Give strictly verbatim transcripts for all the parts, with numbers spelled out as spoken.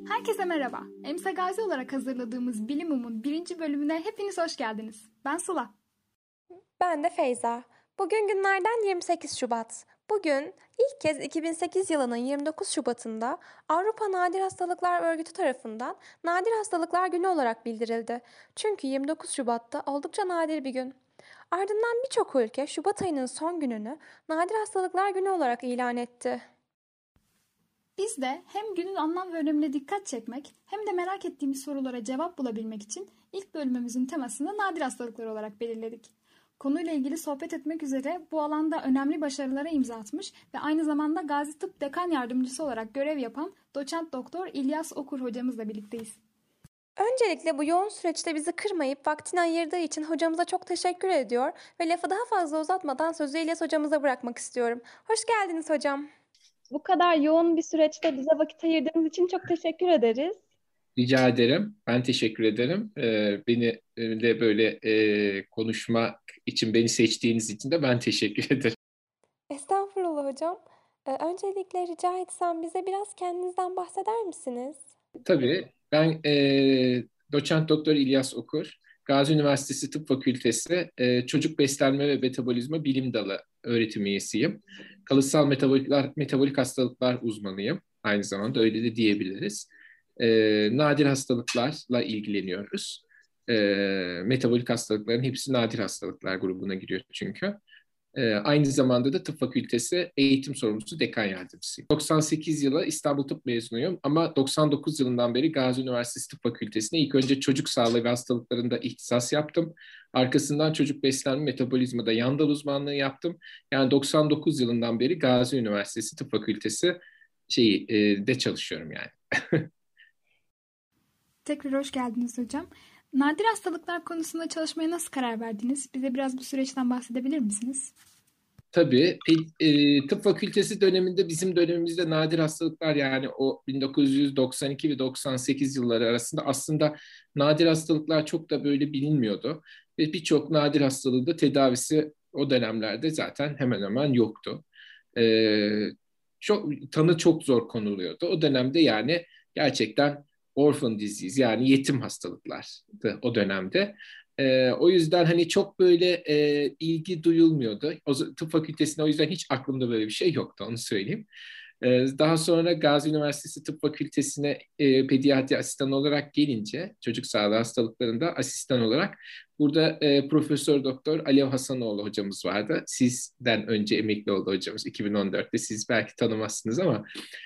Herkese merhaba. EMSA Gazi olarak hazırladığımız Bilimum'un birinci bölümüne hepiniz hoş geldiniz. Ben Sıla. Ben de Feyza. Bugün günlerden yirmi sekiz Şubat. Bugün ilk kez iki bin sekiz yılının yirmi dokuz Şubat'ında Avrupa Nadir Hastalıklar Örgütü tarafından Nadir Hastalıklar Günü olarak bildirildi. Çünkü yirmi dokuz Şubat'ta oldukça nadir bir gün. Ardından birçok ülke Şubat ayının son gününü Nadir Hastalıklar Günü olarak ilan etti. Biz de hem günün anlam ve önemine dikkat çekmek hem de merak ettiğimiz sorulara cevap bulabilmek için ilk bölümümüzün temasını nadir hastalıklar olarak belirledik. Konuyla ilgili sohbet etmek üzere bu alanda önemli başarılara imza atmış ve aynı zamanda Gazi Tıp Dekan Yardımcısı olarak görev yapan Doçent Doktor İlyas Okur hocamızla birlikteyiz. Öncelikle bu yoğun süreçte bizi kırmayıp vaktini ayırdığı için hocamıza çok teşekkür ediyor ve lafı daha fazla uzatmadan sözü İlyas hocamıza bırakmak istiyorum. Hoş geldiniz hocam. Bu kadar yoğun bir süreçte bize vakit ayırdığınız için çok teşekkür ederiz. Rica ederim. Ben teşekkür ederim. Ee, beni e, de böyle e, konuşmak için beni seçtiğiniz için de ben teşekkür ederim. Estağfurullah hocam. Ee, öncelikle rica etsem bize biraz kendinizden bahseder misiniz? Tabii. Ben e, Doçent Doktor İlyas Okur, Gazi Üniversitesi Tıp Fakültesi e, Çocuk Beslenme ve Metabolizma Bilim Dalı öğretim üyesiyim. Kalıtsal metabolik, metabolik hastalıklar uzmanıyım. Aynı zamanda öyle de diyebiliriz. E, nadir hastalıklarla ilgileniyoruz. E, metabolik hastalıkların hepsi nadir hastalıklar grubuna giriyor çünkü. Ee, aynı zamanda da tıp fakültesi eğitim sorumlusu dekan yardımcısıyım. doksan sekiz yılı İstanbul Tıp mezunuyum ama doksan dokuz yılından beri Gazi Üniversitesi Tıp Fakültesi'ne ilk önce çocuk sağlığı ve hastalıklarında ihtisas yaptım. Arkasından çocuk beslenme metabolizmada yan dal uzmanlığı yaptım. Yani doksan dokuz yılından beri Gazi Üniversitesi Tıp Fakültesi şeyi e, de çalışıyorum yani. Tekrar hoş geldiniz hocam. Nadir hastalıklar konusunda çalışmaya nasıl karar verdiniz? Bize biraz bu süreçten bahsedebilir misiniz? Tabii. E, tıp fakültesi döneminde bizim dönemimizde nadir hastalıklar yani o bin dokuz yüz doksan iki ve doksan sekiz yılları arasında aslında nadir hastalıklar çok da böyle bilinmiyordu. Ve birçok nadir hastalığın da tedavisi o dönemlerde zaten hemen hemen yoktu. E, çok tanı çok zor konuluyordu. O dönemde yani gerçekten orphan disease yani yetim hastalıklardı o dönemde. Ee, o yüzden hani çok böyle e, ilgi duyulmuyordu. O, tıp fakültesinde o yüzden hiç aklımda böyle bir şey yoktu onu söyleyeyim. Ee, daha sonra Gazi Üniversitesi Tıp Fakültesine e, pediatri asistan olarak gelince çocuk sağlığı hastalıklarında asistan olarak burada e, Profesör Doktor Alev Hasanoğlu hocamız vardı. Sizden önce emekli oldu hocamız iki bin on dörtte. Siz belki tanımazsınız ama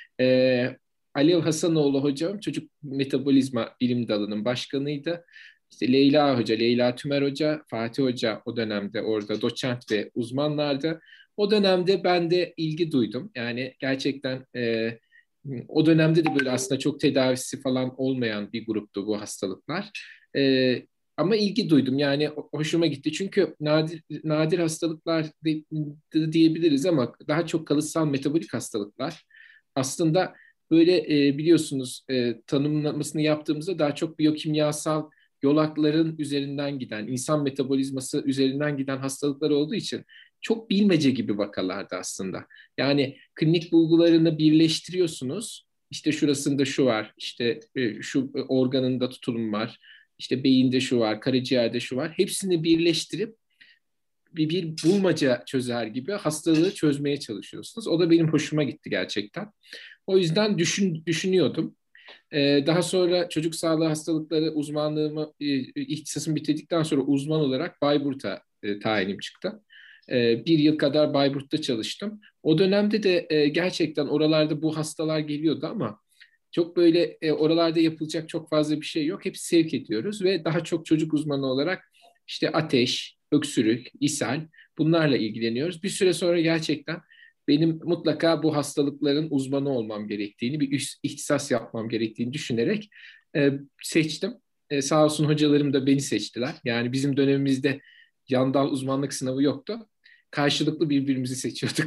e, Alev Hasanoğlu hocam çocuk metabolizma bilim dalının başkanıydı. İşte Leyla Hoca, Leyla Tümer Hoca, Fatih Hoca o dönemde orada doçent ve uzmanlardı. O dönemde ben de ilgi duydum. Yani gerçekten e, o dönemde de böyle aslında çok tedavisi falan olmayan bir gruptu bu hastalıklar. E, ama ilgi duydum yani hoşuma gitti. Çünkü nadir, nadir hastalıklar de, de diyebiliriz ama daha çok kalıtsal metabolik hastalıklar. Aslında böyle e, biliyorsunuz e, tanımlamasını yaptığımızda daha çok biyokimyasal yolakların üzerinden giden, insan metabolizması üzerinden giden hastalıklar olduğu için çok bilmece gibi vakalardı aslında. Yani klinik bulgularını birleştiriyorsunuz. İşte şurasında şu var, işte e, şu organında tutulum var, işte beyinde şu var, karaciğerde şu var. Hepsini birleştirip bir, bir bulmaca çözer gibi hastalığı çözmeye çalışıyorsunuz. O da benim hoşuma gitti gerçekten. O yüzden düşün, düşünüyordum. Ee, daha sonra çocuk sağlığı hastalıkları uzmanlığımı, e, ihtisasımı bitirdikten sonra uzman olarak Bayburt'a e, tayinim çıktı. E, bir yıl kadar Bayburt'ta çalıştım. O dönemde de e, gerçekten oralarda bu hastalar geliyordu ama çok böyle e, oralarda yapılacak çok fazla bir şey yok. Hep sevk ediyoruz ve daha çok çocuk uzmanı olarak işte ateş, öksürük, ishal bunlarla ilgileniyoruz. Bir süre sonra gerçekten benim mutlaka bu hastalıkların uzmanı olmam gerektiğini, bir üst ihtisas yapmam gerektiğini düşünerek e, seçtim. E, sağ olsun hocalarım da beni seçtiler. Yani bizim dönemimizde yan dal uzmanlık sınavı yoktu. Karşılıklı birbirimizi seçiyorduk.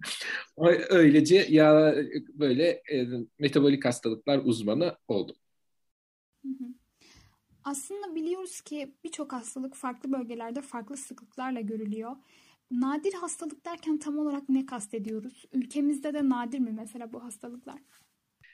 Öylece ya böyle e, metabolik hastalıklar uzmanı oldum. Hı hı. Aslında biliyoruz ki birçok hastalık farklı bölgelerde farklı sıklıklarla görülüyor. Nadir hastalık derken tam olarak ne kastediyoruz? Ülkemizde de nadir mi mesela bu hastalıklar?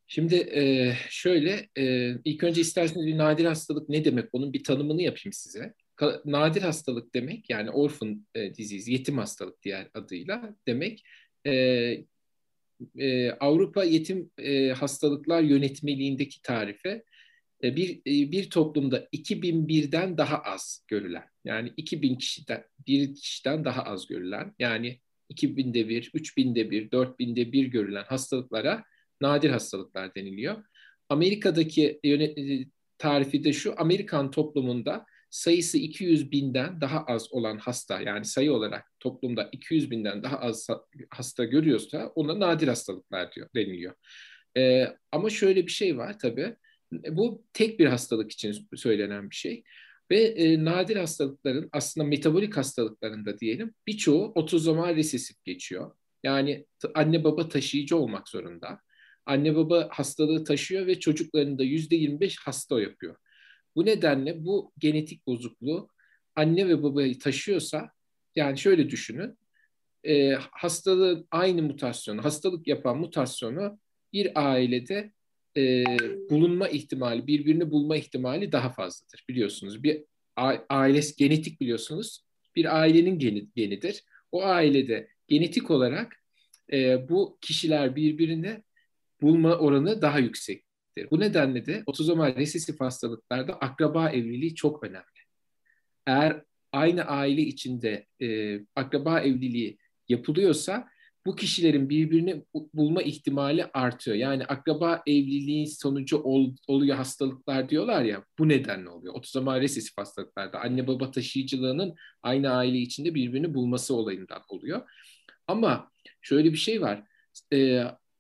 Şimdi e, şöyle, e, ilk önce isterseniz bir nadir hastalık ne demek? Onun bir tanımını yapayım size. Ka- nadir hastalık demek, yani orphan e, disease, yetim hastalık diğer adıyla demek. E, e, Avrupa Yetim e, Hastalıklar Yönetmeliğindeki tarife e, bir e, bir toplumda iki bin birden daha az görülen, yani iki bin kişiden bir kişiden daha az görülen, yani iki binde bir, üç binde bir, dört binde bir görülen hastalıklara nadir hastalıklar deniliyor. Amerika'daki yönet e, tarifi de şu: Amerikan toplumunda sayısı iki yüz binden daha az olan hasta, yani sayı olarak toplumda iki yüz binden daha az hasta görüyorsa ona nadir hastalıklar diyor deniliyor. Ee, ama şöyle bir şey var tabii. Bu tek bir hastalık için söylenen bir şey. Ve e, nadir hastalıkların, aslında metabolik hastalıklarında diyelim, birçoğu otozomal resesif geçiyor. Yani anne baba taşıyıcı olmak zorunda. Anne baba hastalığı taşıyor ve çocuklarını da yüzde yirmi beş hasta yapıyor. Bu nedenle bu genetik bozukluğu anne ve babayı taşıyorsa, yani şöyle düşünün, e, hastalığın aynı mutasyonu, hastalık yapan mutasyonu bir ailede e, bulunma ihtimali, birbirini bulma ihtimali daha fazladır. Biliyorsunuz, bir ailesi genetik, biliyorsunuz, bir ailenin geni, genidir. O ailede genetik olarak e, bu kişiler birbirini bulma oranı daha yüksektir. Bu nedenle de otozomal resesif hastalıklarda akraba evliliği çok önemli. Eğer aynı aile içinde e, akraba evliliği yapılıyorsa, bu kişilerin birbirini bulma ihtimali artıyor. Yani akraba evliliği sonucu ol, oluyor hastalıklar diyorlar ya, bu nedenle oluyor. Otozomal resesif hastalıklarda anne baba taşıyıcılığının aynı aile içinde birbirini bulması olayından oluyor. Ama şöyle bir şey var. E,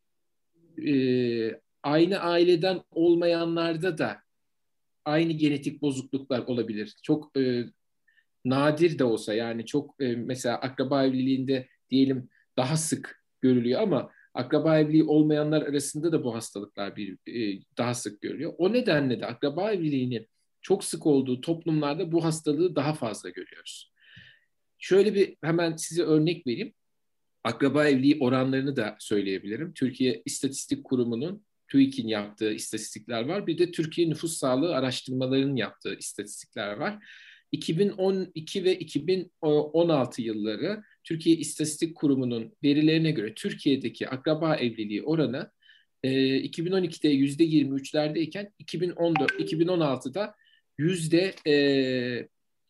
e, Aynı aileden olmayanlarda da aynı genetik bozukluklar olabilir. Çok e, nadir de olsa, yani çok e, mesela akraba evliliğinde diyelim daha sık görülüyor, ama akraba evliliği olmayanlar arasında da bu hastalıklar bir e, daha sık görülüyor. O nedenle de akraba evliliğinin çok sık olduğu toplumlarda bu hastalığı daha fazla görüyoruz. Şöyle bir hemen size örnek vereyim. Akraba evliliği oranlarını da söyleyebilirim. Türkiye İstatistik Kurumu'nun, TÜİK'in yaptığı istatistikler var. Bir de Türkiye Nüfus Sağlığı Araştırmaları'nın yaptığı istatistikler var. iki bin on iki ve iki bin on altı yılları Türkiye İstatistik Kurumu'nun verilerine göre Türkiye'deki akraba evliliği oranı e, iki bin on ikide yüzde yirmi üçlerdeyken iki bin on dört, iki bin on altıda yüzde e,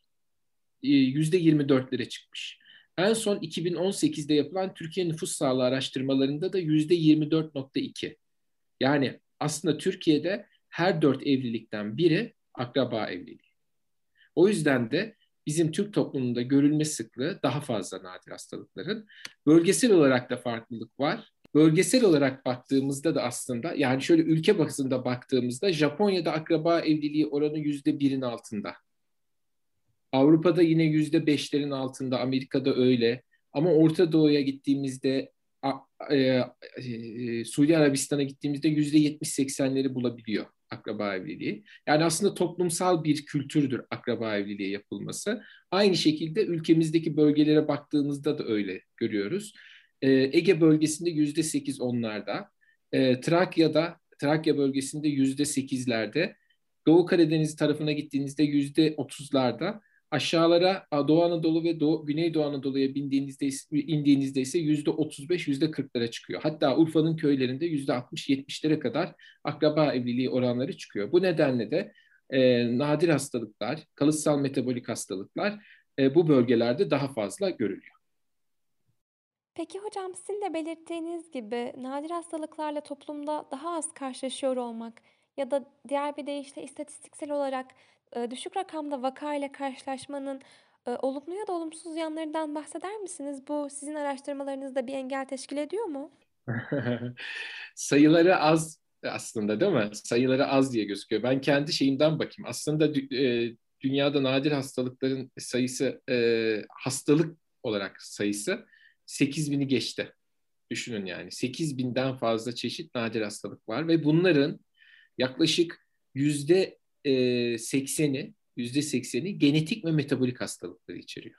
yüzde yirmi dörtlere çıkmış. En son iki bin on sekizde yapılan Türkiye Nüfus Sağlığı araştırmalarında da yüzde yirmi dört nokta iki. Yani aslında Türkiye'de her dört evlilikten biri akraba evliliği. O yüzden de bizim Türk toplumunda görülme sıklığı daha fazla nadir hastalıkların. Bölgesel olarak da farklılık var. Bölgesel olarak baktığımızda da aslında, yani şöyle ülke bazında baktığımızda, Japonya'da akraba evliliği oranı yüzde birin altında. Avrupa'da yine yüzde beşlerin altında, Amerika'da öyle. Ama Orta Doğu'ya gittiğimizde, e, e, Suudi Arabistan'a gittiğimizde yüzde yetmiş seksenleri bulabiliyor akraba evliliği. Yani aslında toplumsal bir kültürdür akraba evliliği yapılması. Aynı şekilde ülkemizdeki bölgelere baktığımızda da öyle görüyoruz. E, Ege bölgesinde yüzde sekiz onlarda, e, Trakya'da, Trakya bölgesinde yüzde sekizlerde, Doğu Karadeniz tarafına gittiğinizde yüzde otuzlarda, aşağılara Doğu Anadolu ve Doğu, Güneydoğu Anadolu'ya bindiğinizde, indiğinizde ise yüzde otuz beş, yüzde kırklara çıkıyor. Hatta Urfa'nın köylerinde yüzde altmış yetmişlere kadar akraba evliliği oranları çıkıyor. Bu nedenle de e, nadir hastalıklar, kalıtsal metabolik hastalıklar e, bu bölgelerde daha fazla görülüyor. Peki hocam, sizin de belirttiğiniz gibi nadir hastalıklarla toplumda daha az karşılaşıyor olmak ya da diğer bir deyişle istatistiksel olarak e, düşük rakamda vaka ile karşılaşmanın e, olumlu ya da olumsuz yanlarından bahseder misiniz? Bu sizin araştırmalarınızda bir engel teşkil ediyor mu? Sayıları az aslında, değil mi? Sayıları az diye gözüküyor. Ben kendi şeyimden bakayım. Aslında dü- e, dünyada nadir hastalıkların sayısı, e, hastalık olarak sayısı sekiz bini geçti. Düşünün yani. sekiz binden fazla çeşit nadir hastalık var ve bunların yaklaşık yüzde e, sekseni, yüzde sekseni genetik ve metabolik hastalıkları içeriyor.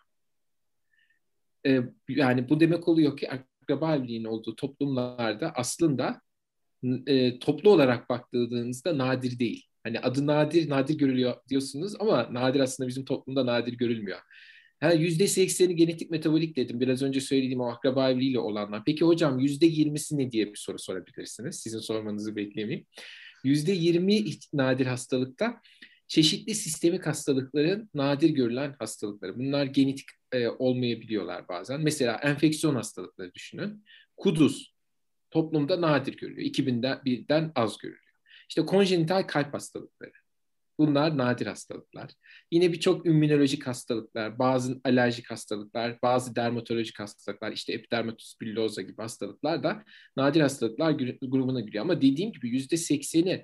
E, Yani bu demek oluyor ki akraba evliliğinin olduğu toplumlarda aslında e, toplu olarak baktığınızda nadir değil. Hani adı nadir, nadir görülüyor diyorsunuz ama nadir aslında bizim toplumda nadir görülmüyor. Ha, yüzde sekseni genetik metabolik dedim. Biraz önce söylediğim o akraba evliliğiyle olanlar. Peki hocam yüzde yirmisi ne diye bir soru sorabilirsiniz. Sizin sormanızı beklemeyeyim. Yüzde yirmi nadir hastalıkta çeşitli sistemik hastalıkların nadir görülen hastalıkları. Bunlar genetik e, olmayabiliyorlar bazen. Mesela enfeksiyon hastalıkları düşünün. Kuduz toplumda nadir görülüyor. iki binden birden az görülüyor. İşte konjenital kalp hastalıkları. Bunlar nadir hastalıklar. Yine birçok immünolojik hastalıklar, bazı alerjik hastalıklar, bazı dermatolojik hastalıklar, işte epidermatous bullosa gibi hastalıklar da nadir hastalıklar grubuna giriyor. Ama dediğim gibi yüzde sekseni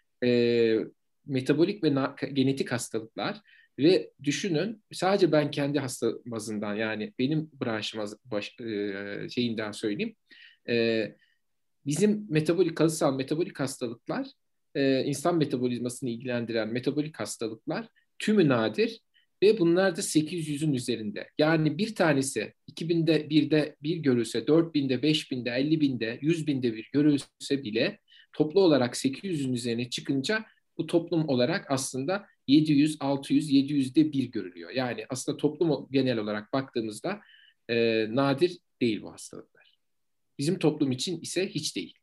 e, metabolik ve na- genetik hastalıklar ve düşünün sadece ben kendi hasta bazından yani benim branşım baş, e, şeyinden söyleyeyim. E, bizim metabolik kalıtsal metabolik hastalıklar e, insan metabolizmasını ilgilendiren metabolik hastalıklar tümü nadir ve bunlar da sekiz yüzün üzerinde. Yani bir tanesi iki binde birde bir görülse, dört binde, beş binde, elli binde, yüz binde bir görülse bile toplu olarak sekiz yüzün üzerine çıkınca bu toplum olarak aslında yedi yüz, altı yüz, yedi yüzde bir görülüyor. Yani aslında toplum genel olarak baktığımızda e, nadir değil bu hastalıklar. Bizim toplum için ise hiç değil.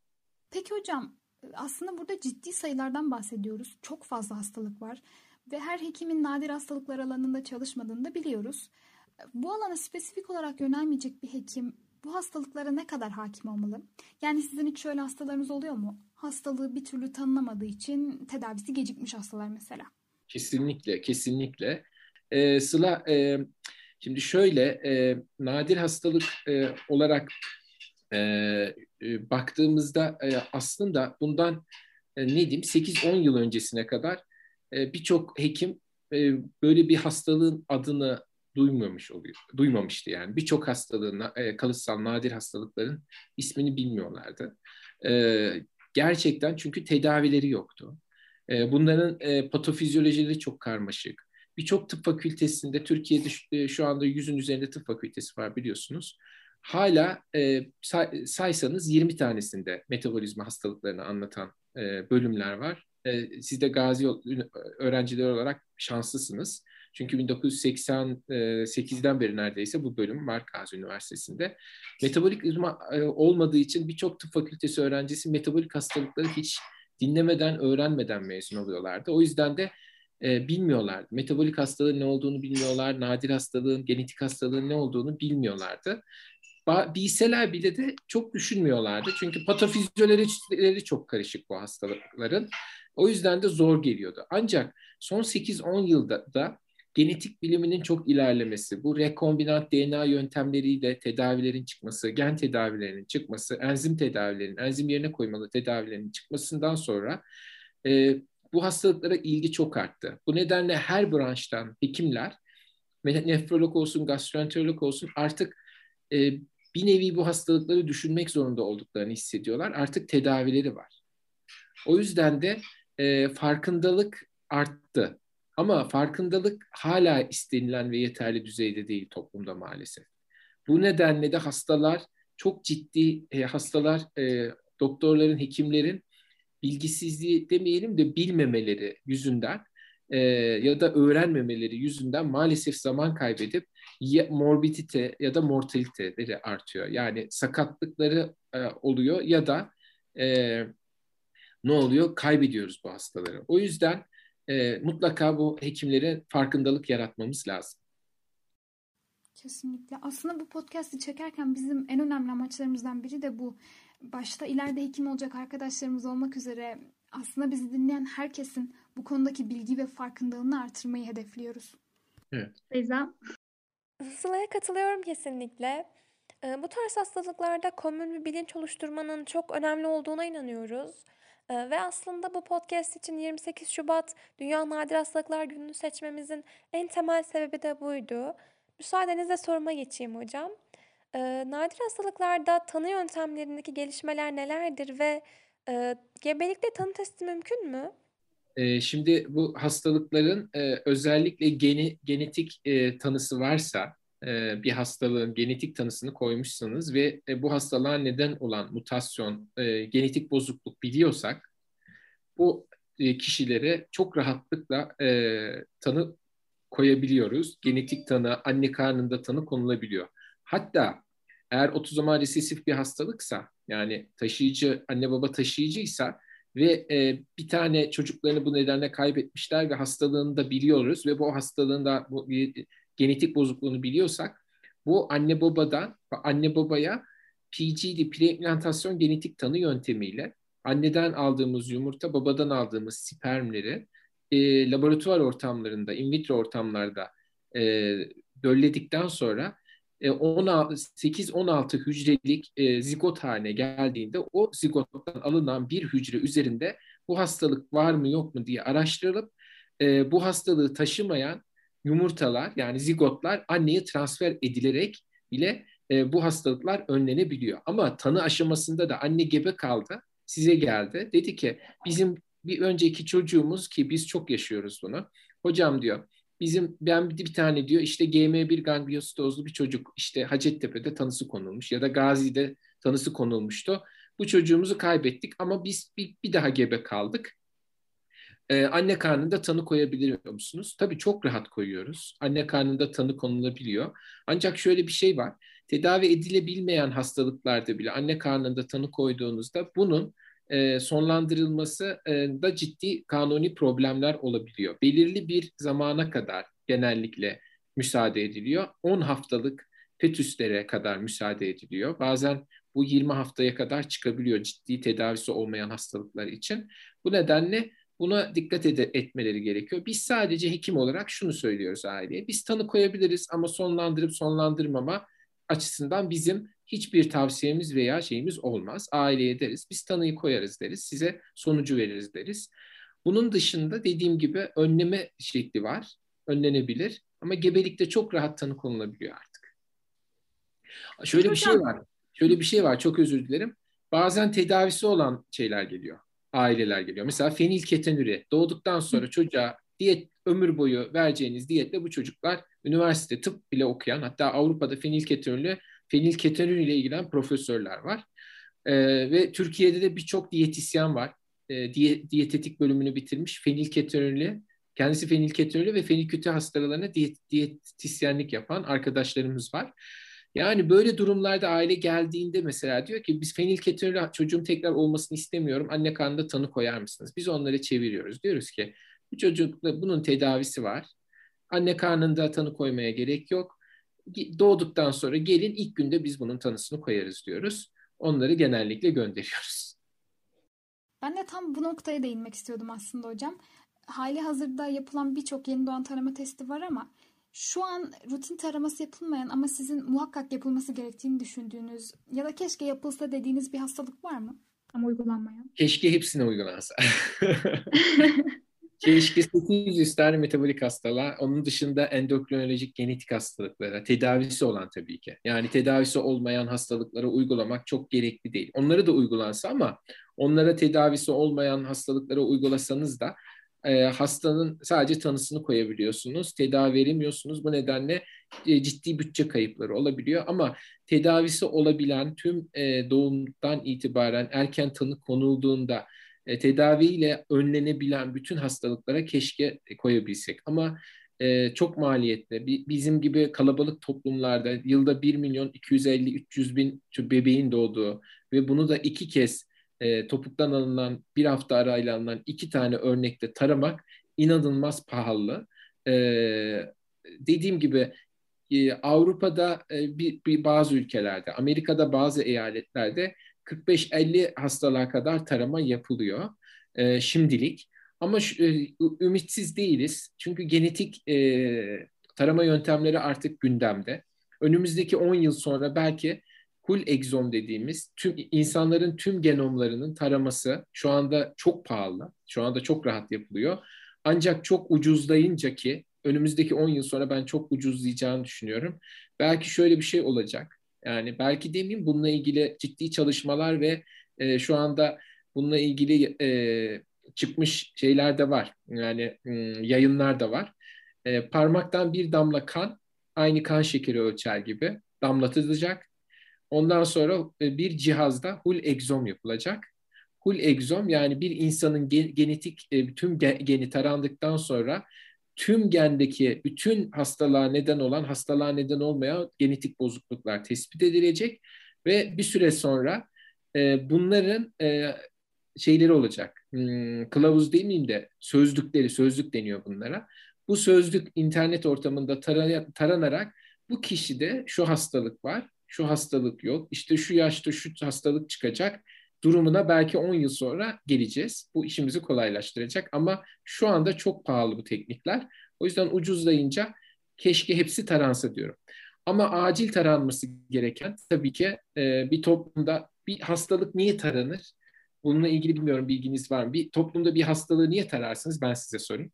Peki hocam, aslında burada ciddi sayılardan bahsediyoruz. Çok fazla hastalık var ve her hekimin nadir hastalıklar alanında çalışmadığını da biliyoruz. Bu alana spesifik olarak yönelmeyecek bir hekim bu hastalıklara ne kadar hakim olmalı? Yani sizin hiç şöyle hastalarınız oluyor mu? Hastalığı bir türlü tanınamadığı için tedavisi gecikmiş hastalar mesela. Kesinlikle, kesinlikle. Ee, Sıla, e, şimdi şöyle e, nadir hastalık e, olarak e, e, baktığımızda e, aslında bundan e, ne diyeyim sekiz on yıl öncesine kadar e, birçok hekim e, böyle bir hastalığın adını duymamış oluyor. Duymamıştı yani. Birçok hastalığın, e, kalıtsal nadir hastalıkların ismini bilmiyorlardı. E, gerçekten çünkü tedavileri yoktu. E, bunların e, patofizyolojileri çok karmaşık. Birçok tıp fakültesinde, Türkiye'de şu, e, şu anda yüzün üzerinde tıp fakültesi var biliyorsunuz. Hala e, say, saysanız yirmi tanesinde metabolizma hastalıklarını anlatan e, bölümler var. E, siz de Gazi öğrenciler olarak şanslısınız. Çünkü bin dokuz yüz seksen sekizden beri neredeyse bu bölüm var Gazi Üniversitesi'nde. Metabolik e, olmadığı için birçok tıp fakültesi öğrencisi metabolik hastalıkları hiç dinlemeden, öğrenmeden mezun oluyorlardı. O yüzden de e, bilmiyorlardı. Metabolik hastalığın ne olduğunu bilmiyorlar, nadir hastalığın, genetik hastalığın ne olduğunu bilmiyorlardı. Bilseler bile de çok düşünmüyorlardı. Çünkü patofizyolojileri çok karışık bu hastalıkların. O yüzden de zor geliyordu. Ancak son sekiz on yılda da genetik biliminin çok ilerlemesi, bu rekombinant D N A yöntemleriyle tedavilerin çıkması, gen tedavilerinin çıkması, enzim tedavilerinin, enzim yerine koymalı tedavilerinin çıkmasından sonra e, bu hastalıklara ilgi çok arttı. Bu nedenle her branştan hekimler, nefrolog olsun, gastroenterolog olsun artık e, bir nevi bu hastalıkları düşünmek zorunda olduklarını hissediyorlar. Artık tedavileri var. O yüzden de e, farkındalık arttı. Ama farkındalık hala istenilen ve yeterli düzeyde değil toplumda maalesef. Bu nedenle de hastalar çok ciddi e, hastalar e, doktorların, hekimlerin bilgisizliği demeyelim de bilmemeleri yüzünden e, ya da öğrenmemeleri yüzünden maalesef zaman kaybedip ya, morbidite ya da mortaliteleri artıyor. Yani sakatlıkları e, oluyor ya da e, ne oluyor? Kaybediyoruz bu hastaları. O yüzden e, mutlaka bu hekimlere farkındalık yaratmamız lazım. Kesinlikle. Aslında bu podcast'i çekerken bizim en önemli amaçlarımızdan biri de bu. Başta ileride hekim olacak arkadaşlarımız olmak üzere aslında bizi dinleyen herkesin bu konudaki bilgi ve farkındalığını artırmayı hedefliyoruz. Evet. Feyza. Sıla'ya katılıyorum kesinlikle. Bu tarz hastalıklarda komün bir bilinç oluşturmanın çok önemli olduğuna inanıyoruz. Ve aslında bu podcast için yirmi sekiz Şubat Dünya Nadir Hastalıklar Günü'nü seçmemizin en temel sebebi de buydu. Müsaadenizle soruma geçeyim hocam. Nadir hastalıklarda tanı yöntemlerindeki gelişmeler nelerdir ve gebelikte tanı testi mümkün mü? Şimdi bu hastalıkların özellikle geni, genetik tanısı varsa e, bir hastalığın genetik tanısını koymuşsanız ve e, bu hastalığa neden olan mutasyon, e, genetik bozukluk biliyorsak bu e, kişilere çok rahatlıkla e, tanı koyabiliyoruz. Genetik tanı, anne karnında tanı konulabiliyor. Hatta eğer otozoma resesif bir hastalıksa, yani taşıyıcı, anne baba taşıyıcıysa ve e, bir tane çocuklarını bu nedenle kaybetmişler ve hastalığını da biliyoruz ve bu hastalığın da bu bir genetik bozukluğunu biliyorsak, bu anne babadan anne babaya P G D, preimplantasyon genetik tanı yöntemiyle anneden aldığımız yumurta, babadan aldığımız spermleri e, laboratuvar ortamlarında, in vitro ortamlarda e, dölledikten sonra e, sekiz on altı hücrelik e, zigot haline geldiğinde o zigottan alınan bir hücre üzerinde bu hastalık var mı yok mu diye araştırılıp e, bu hastalığı taşımayan yumurtalar, yani zigotlar anneye transfer edilerek bile e, bu hastalıklar önlenebiliyor. Ama tanı aşamasında da anne gebe kaldı, size geldi. Dedi ki bizim bir önceki çocuğumuz, ki biz çok yaşıyoruz bunu. Hocam diyor, bizim ben bir, bir tane diyor işte G M bir gangliositozlu bir çocuk işte Hacettepe'de tanısı konulmuş ya da Gazi'de tanısı konulmuştu. Bu çocuğumuzu kaybettik ama biz bir, bir daha gebe kaldık. Ee, anne karnında tanı koyabiliyor musunuz? Tabii çok rahat koyuyoruz. Anne karnında tanı konulabiliyor. Ancak şöyle bir şey var. Tedavi edilebilmeyen hastalıklarda bile anne karnında tanı koyduğunuzda bunun e, sonlandırılması e, da ciddi kanuni problemler olabiliyor. Belirli bir zamana kadar genellikle müsaade ediliyor. on haftalık fetüslere kadar müsaade ediliyor. Bazen bu yirmi haftaya kadar çıkabiliyor ciddi tedavisi olmayan hastalıklar için. Bu nedenle buna dikkat ed- etmeleri gerekiyor. Biz sadece hekim olarak şunu söylüyoruz aileye. Biz tanı koyabiliriz ama sonlandırıp sonlandırmama açısından bizim hiçbir tavsiyemiz veya şeyimiz olmaz. Aileye deriz, biz tanıyı koyarız deriz, size sonucu veririz deriz. Bunun dışında dediğim gibi önleme şekli var, önlenebilir ama gebelikte çok rahat tanı konulabiliyor artık. Peki Şöyle bir şey hocam. var, şöyle bir şey var, çok özür dilerim. Bazen tedavisi olan şeyler geliyor, aileler geliyor. Mesela fenilketonuri, doğduktan sonra çocuğa diyet, ömür boyu vereceğiniz diyetle bu çocuklar üniversite tıp bile okuyan, hatta Avrupa'da fenilketonuri, fenilketonuri ile ilgilenen profesörler var. Ee, ve Türkiye'de de birçok diyetisyen var. Ee, diye, diyetetik bölümünü bitirmiş fenilketonuri, kendisi fenilketonuri ve fenilketi hastalarına diyet, diyetisyenlik yapan arkadaşlarımız var. Yani böyle durumlarda aile geldiğinde mesela diyor ki biz fenilketonuri çocuğum tekrar olmasını istemiyorum. Anne karnında tanı koyar mısınız? Biz onları çeviriyoruz. Diyoruz ki bu çocukla bunun tedavisi var. Anne karnında tanı koymaya gerek yok. Doğduktan sonra gelin ilk günde biz bunun tanısını koyarız diyoruz. Onları genellikle gönderiyoruz. Ben de tam bu noktaya değinmek istiyordum aslında hocam. Hali hazırda yapılan birçok yeni doğan tarama testi var ama şu an rutin taraması yapılmayan ama sizin muhakkak yapılması gerektiğini düşündüğünüz ya da keşke yapılsa dediğiniz bir hastalık var mı? Ama uygulanmayan. Keşke hepsine uygulansa. Keşke sekiz yüz tane metabolik hastalığa, onun dışında endokrinolojik genetik hastalıklara, tedavisi olan tabii ki. Yani tedavisi olmayan hastalıklara uygulamak çok gerekli değil. Onları da uygulansa ama onlara tedavisi olmayan hastalıklara uygulasanız da e, hastanın sadece tanısını koyabiliyorsunuz. Tedavi veremiyorsunuz. Bu nedenle e, ciddi bütçe kayıpları olabiliyor. Ama tedavisi olabilen tüm e, doğumdan itibaren erken tanı konulduğunda e, tedaviyle önlenebilen bütün hastalıklara keşke koyabilsek. Ama e, çok maliyetli. Bi- bizim gibi kalabalık toplumlarda yılda bir milyon iki yüz elli üç yüz bin bebeğin doğduğu ve bunu da iki kez e, topuktan alınan, bir hafta arayla alınan iki tane örnekte taramak inanılmaz pahalı. E, dediğim gibi e, Avrupa'da e, bir, bir bazı ülkelerde, Amerika'da bazı eyaletlerde kırk beş elli hastalığa kadar tarama yapılıyor e, şimdilik. Ama şu, e, ümitsiz değiliz. Çünkü genetik e, tarama yöntemleri artık gündemde. Önümüzdeki on yıl sonra belki whole exome dediğimiz tüm insanların tüm genomlarının taraması şu anda çok pahalı. Şu anda çok rahat yapılıyor. Ancak çok ucuzlayınca, ki önümüzdeki on yıl sonra ben çok ucuzlayacağını düşünüyorum. Belki şöyle bir şey olacak. Yani belki demeyeyim, bununla ilgili ciddi çalışmalar ve e, şu anda bununla ilgili e, çıkmış şeyler de var. Yani m, yayınlar da var. E, parmaktan bir damla kan Aynı kan şekeri ölçer gibi damlatılacak. Ondan sonra e, bir cihazda whole egzom yapılacak. Whole egzom yani bir insanın genetik e, tüm geni tarandıktan sonra tüm gendeki bütün hastalığa neden olan, hastalığa neden olmayan genetik bozukluklar tespit edilecek ve bir süre sonra e, bunların e, şeyleri olacak. Hmm, kılavuz demeyeyim de sözlükleri, sözlük deniyor bunlara. Bu sözlük internet ortamında taranarak bu kişide şu hastalık var, şu hastalık yok, işte şu yaşta şu hastalık çıkacak durumuna belki on yıl sonra geleceğiz. Bu işimizi kolaylaştıracak ama şu anda çok pahalı bu teknikler. O yüzden ucuzlayınca keşke hepsi taransa diyorum. Ama acil taranması gereken tabii ki e, bir toplumda bir hastalık niye taranır? Bununla ilgili bilmiyorum bilginiz var mı? Bir toplumda bir hastalığı niye tararsınız? Ben size sorayım.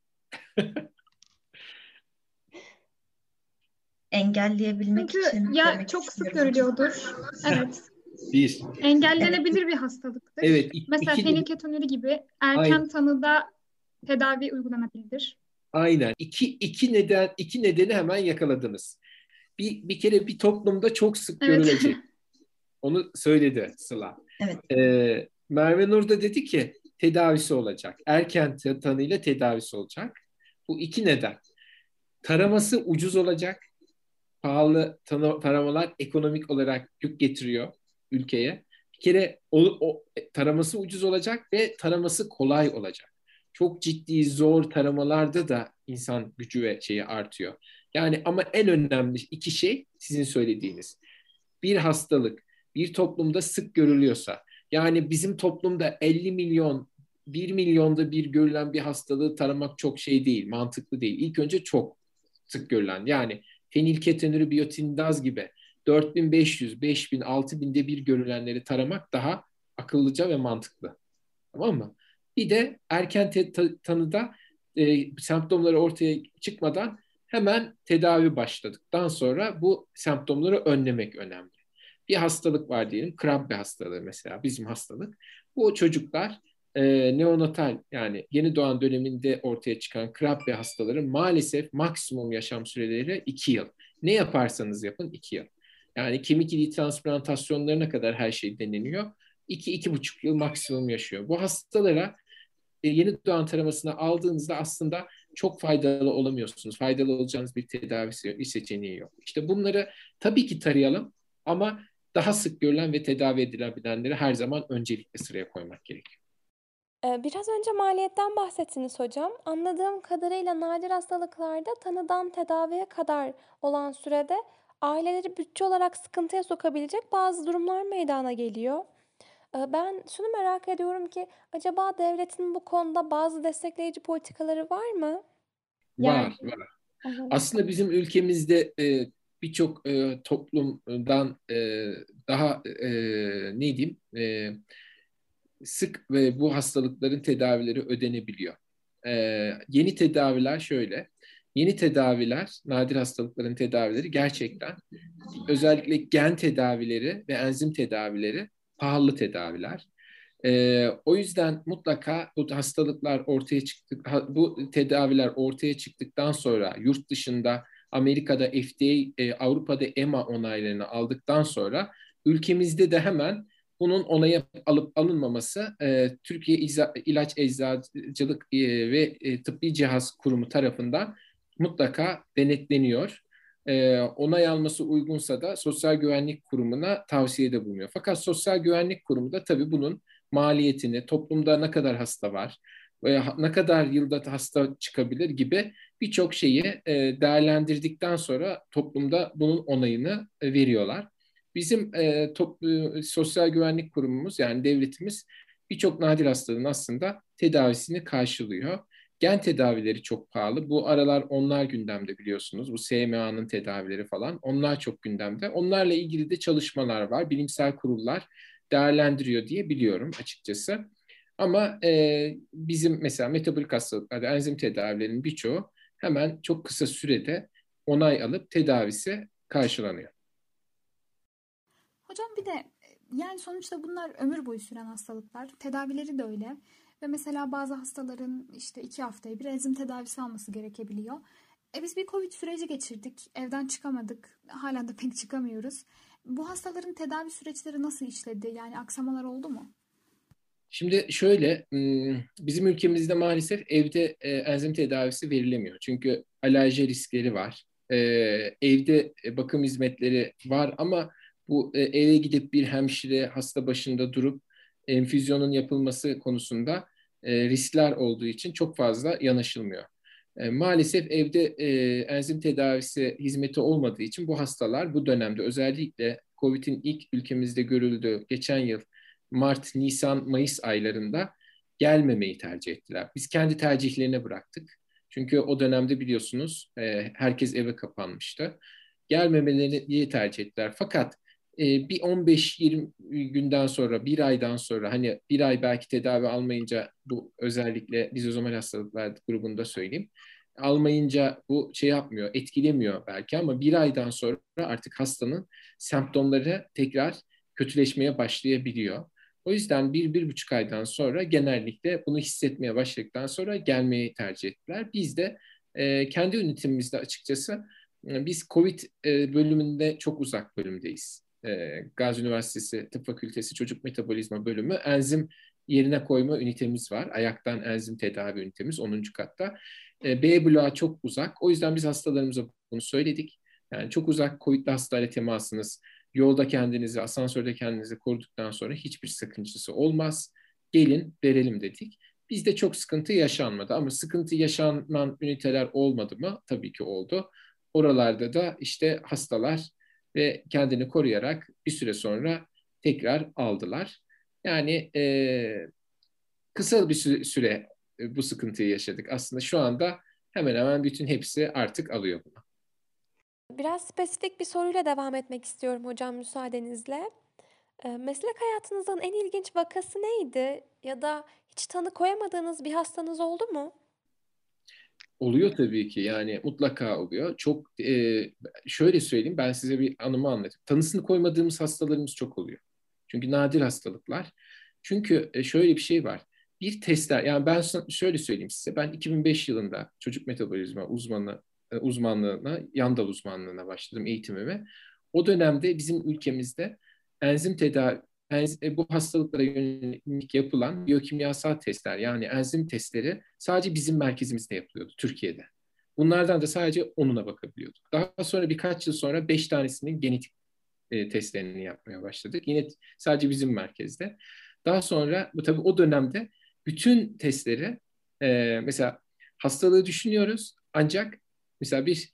Engelleyebilmek Çünkü için ya demek çok sık istiyorum. görülüyordur. Evet. Bir. Engellenebilir bir hastalıktır. Evet. iki, Mesela iki, fenilketonuri gibi erken aynen. tanıda tedavi uygulanabilir. Aynen. İki, iki neden iki nedeni hemen yakaladınız. Bir, bir kere bir toplumda çok sık Evet. görülecek. Onu söyledi Sıla. Evet. Ee, Merve Nur da dedi ki tedavisi olacak. Erken tanıyla tedavisi olacak. Bu iki neden. Taraması ucuz olacak. Pahalı tanı- taramalar ekonomik olarak yük getiriyor ülkeye. Bir kere o, o taraması ucuz olacak ve taraması kolay olacak. Çok ciddi zor taramalarda da insan gücü ve şeyi artıyor. Yani ama en önemli iki şey sizin söylediğiniz. Bir hastalık bir toplumda sık görülüyorsa, yani bizim toplumda elli milyon, bir milyonda bir görülen bir hastalığı taramak çok şey değil, mantıklı değil. İlk önce çok sık görülen, yani fenilketonuri biyotindaz gibi dört bin beş yüz, beş bin, altı binde bir görülenleri taramak daha akıllıca ve mantıklı. Tamam mı? Bir de erken te- ta- tanıda e, semptomları ortaya çıkmadan hemen tedavi başladıktan sonra bu semptomları önlemek önemli. Bir hastalık var diyelim, Krabbe hastalığı mesela bizim hastalık. Bu çocuklar e, neonatal yani yeni doğan döneminde ortaya çıkan Krabbe hastaları maalesef maksimum yaşam süreleri iki yıl. Ne yaparsanız yapın iki yıl. Yani kemik iliği transplantasyonlarına kadar her şey deneniyor. iki iki buçuk yıl maksimum yaşıyor. Bu hastalara e, yeni doğan taramasını aldığınızda aslında çok faydalı olamıyorsunuz. Faydalı olacağınız bir tedavi seçeneği yok. İşte bunları tabii ki tarayalım ama daha sık görülen ve tedavi edilebilenleri her zaman öncelikle sıraya koymak gerekiyor. Biraz önce maliyetten bahsettiniz hocam. Anladığım kadarıyla nadir hastalıklarda tanıdan tedaviye kadar olan sürede aileleri bütçe olarak sıkıntıya sokabilecek bazı durumlar meydana geliyor. Ben şunu merak ediyorum ki acaba devletin bu konuda bazı destekleyici politikaları var mı? Var, Yani var. Evet. Aslında bizim ülkemizde e, birçok e, toplumdan e, daha e, ne diyeyim e, sık ve bu hastalıkların tedavileri ödenebiliyor. Ee, yeni tedaviler şöyle. Yeni tedaviler, nadir hastalıkların tedavileri gerçekten özellikle gen tedavileri ve enzim tedavileri pahalı tedaviler. Ee, o yüzden mutlaka bu hastalıklar ortaya çıktı, bu tedaviler ortaya çıktıktan sonra yurt dışında Amerika'da F D A, e, Avrupa'da E M A onaylarını aldıktan sonra ülkemizde de hemen bunun onayı alıp alınmaması e, Türkiye İlaç Eczacılık e, ve e, Tıbbi Cihaz Kurumu tarafından mutlaka denetleniyor. E, onay alması uygunsa da Sosyal Güvenlik Kurumu'na tavsiyede bulunuyor. Fakat Sosyal Güvenlik Kurumu da tabii bunun maliyetini, toplumda ne kadar hasta var, e, ne kadar yılda hasta çıkabilir gibi birçok şeyi e, değerlendirdikten sonra toplumda bunun onayını e, veriyorlar. Bizim e, top, e, Sosyal Güvenlik Kurumumuz yani devletimiz birçok nadir hastalığın aslında tedavisini karşılıyor. Gen tedavileri çok pahalı. Bu aralar onlar gündemde biliyorsunuz. Bu S M A'nın tedavileri falan. Onlar çok gündemde. Onlarla ilgili de çalışmalar var. Bilimsel kurullar değerlendiriyor diye biliyorum açıkçası. Ama e, bizim mesela metabolik hastalıklarda enzim tedavilerinin birçoğu hemen çok kısa sürede onay alıp tedavisi karşılanıyor. Hocam bir de yani sonuçta bunlar ömür boyu süren hastalıklar. Tedavileri de öyle. Ve mesela bazı hastaların işte iki haftaya bir enzim tedavisi alması gerekebiliyor. E biz bir Covid süreci geçirdik. Evden çıkamadık. Hala da pek çıkamıyoruz. Bu hastaların tedavi süreçleri nasıl işledi? Yani aksamalar oldu mu? Şimdi şöyle, bizim ülkemizde maalesef evde e, enzim tedavisi verilemiyor. Çünkü alerji riskleri var. E, Evde bakım hizmetleri var ama bu e, eve gidip bir hemşire hasta başında durup enfüzyonun yapılması konusunda e, riskler olduğu için çok fazla yanaşılmıyor. E, Maalesef evde e, enzim tedavisi hizmeti olmadığı için bu hastalar bu dönemde özellikle Covid'in ilk ülkemizde görüldüğü geçen yıl Mart, Nisan, Mayıs aylarında gelmemeyi tercih ettiler. Biz kendi tercihlerine bıraktık. Çünkü o dönemde biliyorsunuz e, herkes eve kapanmıştı. Gelmemelerini tercih ettiler. Fakat e, bir on beş yirmi günden sonra, bir aydan sonra, hani bir ay belki tedavi almayınca, bu özellikle lizozomal hastalıklar grubunda söyleyeyim, almayınca bu şey yapmıyor, etkilemiyor belki ama bir aydan sonra artık hastanın semptomları tekrar kötüleşmeye başlayabiliyor. O yüzden bir, bir buçuk aydan sonra genellikle bunu hissetmeye başladıktan sonra gelmeyi tercih ettiler. Biz de e, kendi ünitemizde açıkçası e, biz Covid e, bölümünde çok uzak bölümdeyiz. E, Gazi Üniversitesi Tıp Fakültesi Çocuk Metabolizma Bölümü enzim yerine koyma ünitemiz var. Ayaktan enzim tedavi ünitemiz onuncu katta. E, B bloğa çok uzak. O yüzden biz hastalarımıza bunu söyledik. Yani çok uzak Covid'li hastayla temasınız, yolda kendinizi, asansörde kendinizi koruduktan sonra hiçbir sakıncası olmaz. Gelin verelim dedik. Bizde çok sıkıntı yaşanmadı ama sıkıntı yaşanan üniteler olmadı mı? Tabii ki oldu. Oralarda da işte hastalar ve kendini koruyarak bir süre sonra tekrar aldılar. Yani e, kısa bir süre, süre bu sıkıntıyı yaşadık. Aslında şu anda hemen hemen bütün hepsi artık alıyor bunu. Biraz spesifik bir soruyla devam etmek istiyorum hocam müsaadenizle. Ee, meslek hayatınızın en ilginç vakası neydi? Ya da hiç tanı koyamadığınız bir hastanız oldu mu? Oluyor tabii ki, yani mutlaka oluyor. Çok e, şöyle söyleyeyim, ben size bir anımı anlatayım. Tanısını koymadığımız hastalarımız çok oluyor. Çünkü nadir hastalıklar. Çünkü e, şöyle bir şey var. Bir testler, yani ben şöyle söyleyeyim size. Ben iki bin beş yılında çocuk metabolizma uzmanı e, uzmanlığına, yan dal uzmanlığına başladım eğitimime. O dönemde bizim ülkemizde enzim tedavi enz- bu hastalıklara yönelik yapılan biyokimyasal testler, yani enzim testleri sadece bizim merkezimizde yapılıyordu Türkiye'de. Bunlardan da sadece onuna bakabiliyorduk. Daha sonra birkaç yıl sonra beş tanesinin genetik e, testlerini yapmaya başladık. Yine sadece bizim merkezde. Daha sonra bu tabii o dönemde bütün testleri e, mesela hastalığı düşünüyoruz ancak mesela bir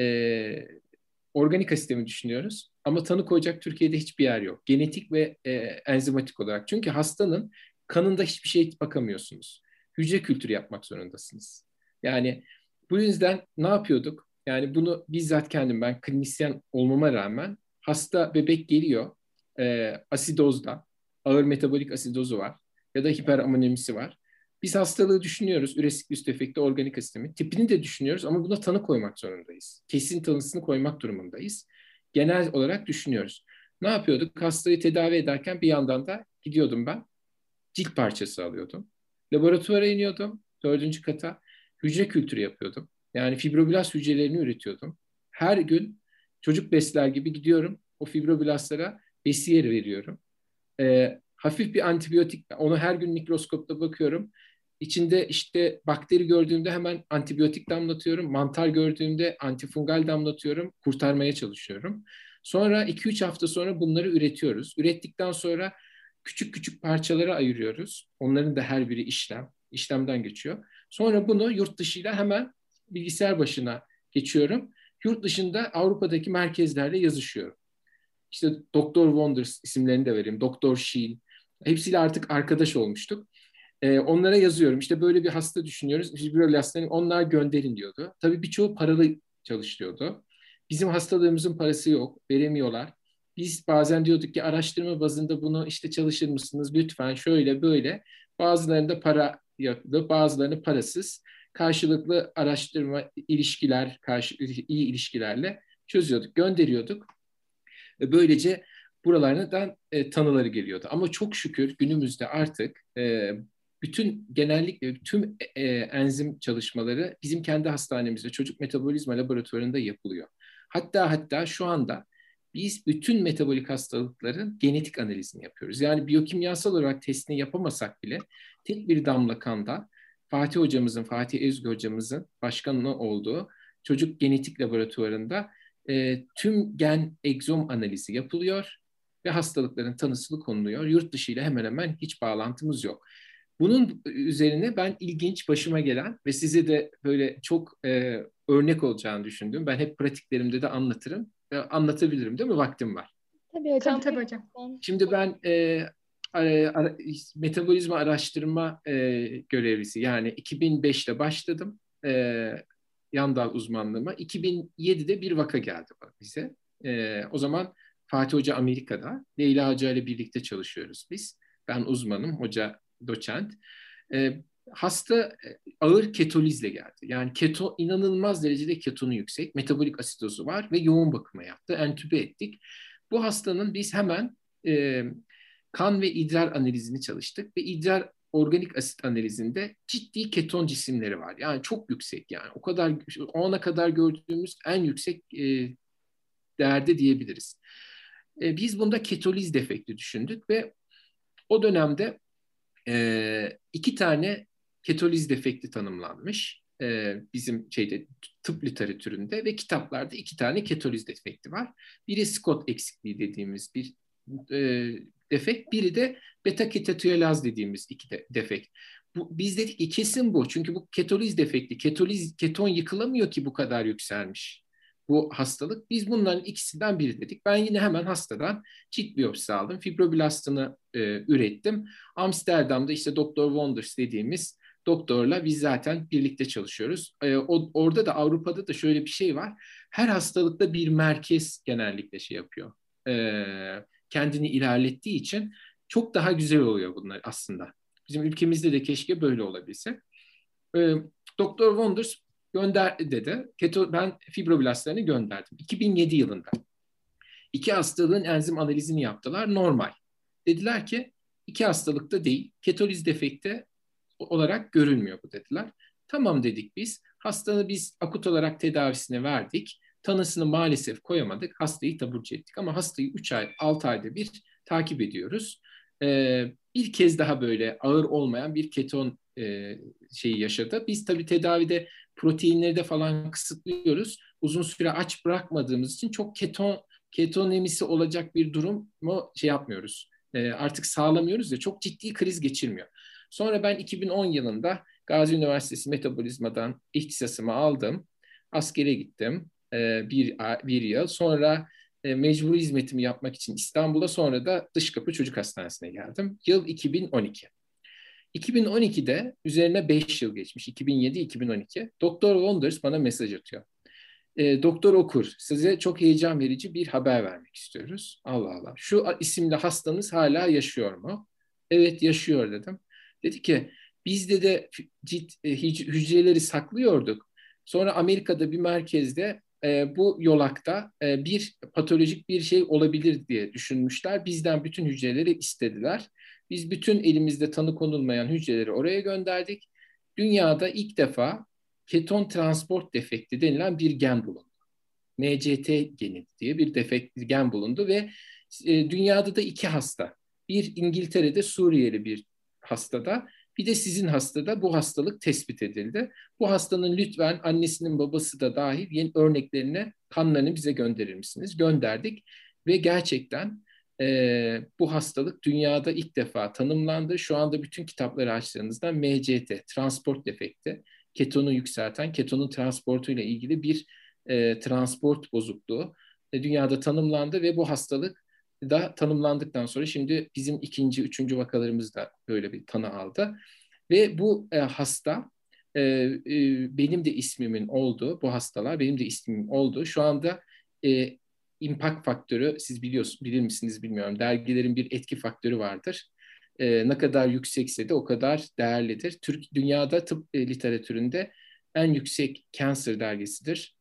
e, organik asitemi düşünüyoruz. Ama tanı koyacak Türkiye'de hiçbir yer yok. Genetik ve e, enzimatik olarak. Çünkü hastanın kanında hiçbir şey bakamıyorsunuz. Hücre kültürü yapmak zorundasınız. Yani bu yüzden ne yapıyorduk? Yani bunu bizzat kendim, ben klinisyen olmama rağmen, hasta bebek geliyor e, asidozda, ağır metabolik asidozu var ya da hiperammonemisi var. Biz hastalığı düşünüyoruz. Üresik üst efekti organik asitemi. Tipini de düşünüyoruz ama buna tanı koymak zorundayız. Kesin tanısını koymak durumundayız. Genel olarak düşünüyoruz. Ne yapıyorduk? Hastayı tedavi ederken bir yandan da gidiyordum ben. Cilt parçası alıyordum. Laboratuvara iniyordum. Dördüncü kata. Hücre kültürü yapıyordum. Yani fibroblast hücrelerini üretiyordum. Her gün çocuk besler gibi gidiyorum. O fibroblastlara besiyer veriyorum. E, hafif bir antibiyotik, onu her gün mikroskopta bakıyorum. İçinde işte bakteri gördüğümde hemen antibiyotik damlatıyorum. Mantar gördüğümde antifungal damlatıyorum. Kurtarmaya çalışıyorum. Sonra iki üç hafta sonra bunları üretiyoruz. Ürettikten sonra küçük küçük parçalara ayırıyoruz. Onların da her biri işlem. İşlemden geçiyor. Sonra bunu yurt dışıyla hemen bilgisayar başına geçiyorum. Yurt dışında Avrupa'daki merkezlerle yazışıyorum. İşte Doktor Wonders isimlerini de vereyim. Doktor Sheen. Hepsiyle artık arkadaş olmuştuk. Ee, onlara yazıyorum. İşte böyle bir hasta düşünüyoruz. Fibroblastin, onlar gönderin diyordu. Tabii birçoğu paralı çalışıyordu. Bizim hastalığımızın parası yok. Veremiyorlar. Biz bazen diyorduk ki araştırma bazında bunu işte çalışır mısınız? Lütfen şöyle böyle. Bazılarında para yapıldı, bazılarını parasız. Karşılıklı araştırma ilişkiler, karşı, iyi ilişkilerle çözüyorduk, gönderiyorduk. Ve böylece buralardan e, tanıları geliyordu. Ama çok şükür günümüzde artık e, bütün genellikle tüm e, enzim çalışmaları bizim kendi hastanemizde çocuk metabolizma laboratuvarında yapılıyor. Hatta hatta şu anda biz bütün metabolik hastalıkların genetik analizini yapıyoruz. Yani biyokimyasal olarak testini yapamasak bile tek bir damla kanda Fatih hocamızın, Fatih Ezgi hocamızın başkanı olduğu çocuk genetik laboratuvarında e, tüm gen egzom analizi yapılıyor ve hastalıkların tanısı konuluyor. Yurt dışı ile hemen hemen hiç bağlantımız yok. Bunun üzerine ben ilginç başıma gelen ve size de böyle çok e, örnek olacağını düşündüm. Ben hep pratiklerimde de anlatırım. E, anlatabilirim değil mi? Vaktim var. Tabii hocam. Tabii tabii hocam. Şimdi ben e, ara, ara, metabolizma araştırma e, görevlisi, yani iki bin beşte başladım e, yan dal uzmanlığıma. iki bin yedide bir vaka geldi bize. E, o zaman Fatih Hoca Amerika'da, Leyla Hoca ile birlikte çalışıyoruz biz. Ben uzmanım, hoca doçent. E, hasta e, ağır ketolizle geldi. Yani keto, inanılmaz derecede ketonu yüksek, metabolik asitozu var ve yoğun bakıma yattı. Entübe ettik. Bu hastanın biz hemen e, kan ve idrar analizini çalıştık ve idrar organik asit analizinde ciddi keton cisimleri var. Yani çok yüksek, yani o kadar o ana kadar gördüğümüz en yüksek e, değerde diyebiliriz. E, biz bunda ketoliz defekti düşündük ve o dönemde e, iki tane ketoliz defekti tanımlanmış. E, bizim şeyde tıp literatüründe ve kitaplarda iki tane ketoliz defekti var. Biri Scott eksikliği dediğimiz bir e, defekt, biri de beta ketatiyolaz dediğimiz iki de, defekt. Bu, biz dedik ki kesin bu. Çünkü bu ketoliz defekti. Ketoliz, keton yıkılamıyor ki bu kadar yükselmiş bu hastalık. Biz bunların ikisinden biri dedik. Ben yine hemen hastadan cilt biyopsisi aldım. Fibroblastını e, ürettim. Amsterdam'da işte doktor Wonders dediğimiz doktorla biz zaten birlikte çalışıyoruz. E, o, orada da Avrupa'da da şöyle bir şey var. Her hastalıkta bir merkez genellikle şey yapıyor. E, kendini ilerlettiği için çok daha güzel oluyor bunlar aslında. Bizim ülkemizde de keşke böyle olabilse. E, doktor Wonders gönder dedi. Keto, ben fibroblastlarını gönderdim. iki bin yedi yılında. İki hastalığın enzim analizini yaptılar. Normal. Dediler ki iki hastalıkta değil, ketoliz defekti olarak görülmüyor bu dediler. Tamam dedik biz. Hastanı biz akut olarak tedavisine verdik. Tanısını maalesef koyamadık. Hastayı taburcu ettik. Ama hastayı üç ay, altı ayda bir takip ediyoruz. Ee, bir kez daha böyle ağır olmayan bir keton e, şeyi yaşadı. Biz tabii tedavide proteinleri de falan kısıtlıyoruz. Uzun süre aç bırakmadığımız için çok keton ketonemisi olacak bir durumu şey yapmıyoruz. E, artık sağlamıyoruz ya, çok ciddi kriz geçirmiyor. Sonra ben iki bin on yılında Gazi Üniversitesi Metabolizmadan ihtisasımı aldım. Askere gittim e, bir, bir yıl. Sonra e, mecburi hizmetimi yapmak için İstanbul'a, sonra da Dışkapı Çocuk Hastanesi'ne geldim. Yıl iki bin on iki. iki bin on ikide üzerine beş yıl geçmiş. iki bin yedi iki bin on iki. Doktor Wonders bana mesaj atıyor. E, Doktor Okur, size çok heyecan verici bir haber vermek istiyoruz. Allah Allah. Şu isimli hastanız hala yaşıyor mu? Evet, yaşıyor dedim. Dedi ki biz de cilt e, hücreleri saklıyorduk. Sonra Amerika'da bir merkezde e, bu yolakta e, bir patolojik bir şey olabilir diye düşünmüşler. Bizden bütün hücreleri istediler. Biz bütün elimizde tanı konulmayan hücreleri oraya gönderdik. Dünyada ilk defa keton transport defekti denilen bir gen bulundu. M C T geni diye bir defekt gen bulundu ve e, dünyada da iki hasta. Bir İngiltere'de Suriyeli bir hastada, bir de sizin hastada bu hastalık tespit edildi. Bu hastanın lütfen annesinin babası da dahil yeni örneklerini, kanlarını bize gönderir misiniz? Gönderdik ve gerçekten e, bu hastalık dünyada ilk defa tanımlandı. Şu anda bütün kitapları açtığınızda M C T, transport defekti, ketonu yükselten, ketonun transportuyla ilgili bir e, transport bozukluğu e, dünyada tanımlandı ve bu hastalık da tanımlandıktan sonra şimdi bizim ikinci, üçüncü vakalarımız da böyle bir tanı aldı. Ve bu e, hasta e, e, benim de ismimin olduğu, bu hastalar benim de ismim olduğu. Şu anda e, impact faktörü, siz biliyorsunuz, bilir misiniz bilmiyorum. Dergilerin bir etki faktörü vardır. E, ne kadar yüksekse de o kadar değerlidir. Türk dünyada tıp e, literatüründe en yüksek cancer dergisidir.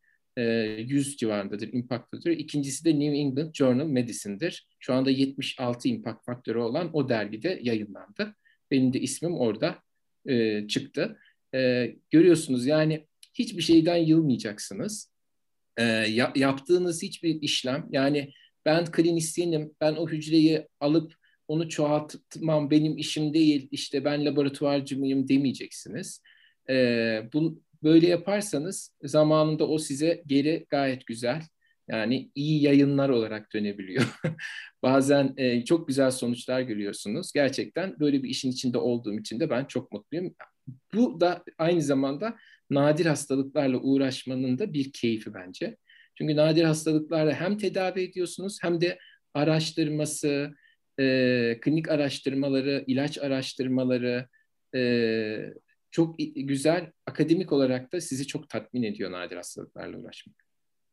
yüz civarındadır impact faktörü. İkincisi de New England Journal Medicine'dir. Şu anda yetmiş altı impact faktörü olan o dergide yayınlandı. Benim de ismim orada e, çıktı. E, görüyorsunuz yani hiçbir şeyden yılmayacaksınız. E, ya- yaptığınız hiçbir işlem yani ben klinisyenim, ben o hücreyi alıp onu çoğaltmam benim işim değil, işte ben laboratuvarcı mıyım demeyeceksiniz. E, bu, böyle yaparsanız zamanında o size geri gayet güzel yani iyi yayınlar olarak dönebiliyor. Bazen e, çok güzel sonuçlar görüyorsunuz. Gerçekten böyle bir işin içinde olduğum için de ben çok mutluyum. Bu da aynı zamanda nadir hastalıklarla uğraşmanın da bir keyfi bence. Çünkü nadir hastalıklarla hem tedavi ediyorsunuz hem de araştırması, e, klinik araştırmaları, ilaç araştırmaları e, çok güzel. Akademik olarak da sizi çok tatmin ediyor nadir hastalıklarla uğraşmak.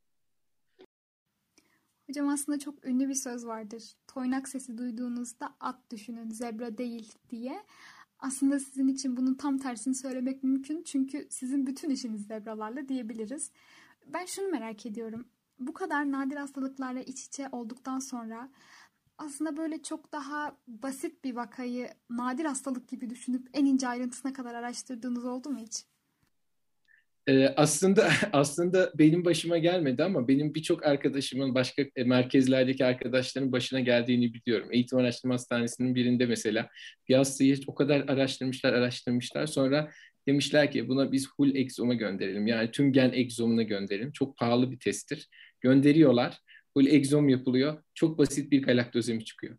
Hocam aslında çok ünlü bir söz vardır. Toynak sesi duyduğunuzda at düşünün, zebra değil diye. Aslında sizin için bunun tam tersini söylemek mümkün. Çünkü sizin bütün işiniz zebralarla diyebiliriz. Ben şunu merak ediyorum. Bu kadar nadir hastalıklarla iç içe olduktan sonra aslında böyle çok daha basit bir vakayı nadir hastalık gibi düşünüp en ince ayrıntısına kadar araştırdığınız oldu mu hiç? Ee, aslında aslında benim başıma gelmedi ama benim birçok arkadaşımın başka e, merkezlerdeki arkadaşlarının başına geldiğini biliyorum. Eğitim Araştırma Hastanesi'nin birinde mesela bir hastayı o kadar araştırmışlar araştırmışlar sonra demişler ki buna biz whole exome'a gönderelim. Yani tüm gen egzomuna gönderelim. Çok pahalı bir testtir. Gönderiyorlar. Whole exome yapılıyor. Çok basit bir galaktozemi çıkıyor.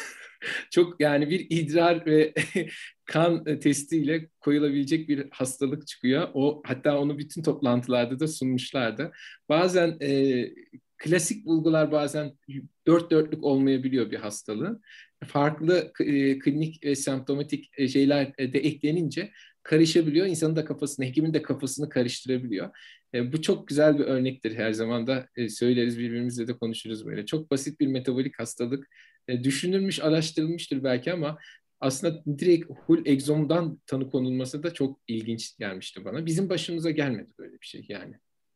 Çok yani bir idrar ve kan testiyle koyulabilecek bir hastalık çıkıyor. O hatta onu bütün toplantılarda da sunmuşlardı. Bazen e, klasik bulgular bazen dört dörtlük olmayabiliyor bir hastalığın. Farklı e, klinik ve semptomatik e, şeyler e, de eklenince karışabiliyor. İnsanın da kafasını, hekimin de kafasını karıştırabiliyor. E, bu çok güzel bir örnektir. Her zaman da e, söyleriz birbirimizle de konuşuruz böyle. Çok basit bir metabolik hastalık. E, düşünülmüş, araştırılmıştır belki ama aslında direkt hul egzomdan tanı konulması da çok ilginç gelmişti bana. Bizim başımıza gelmedi böyle bir şey yani.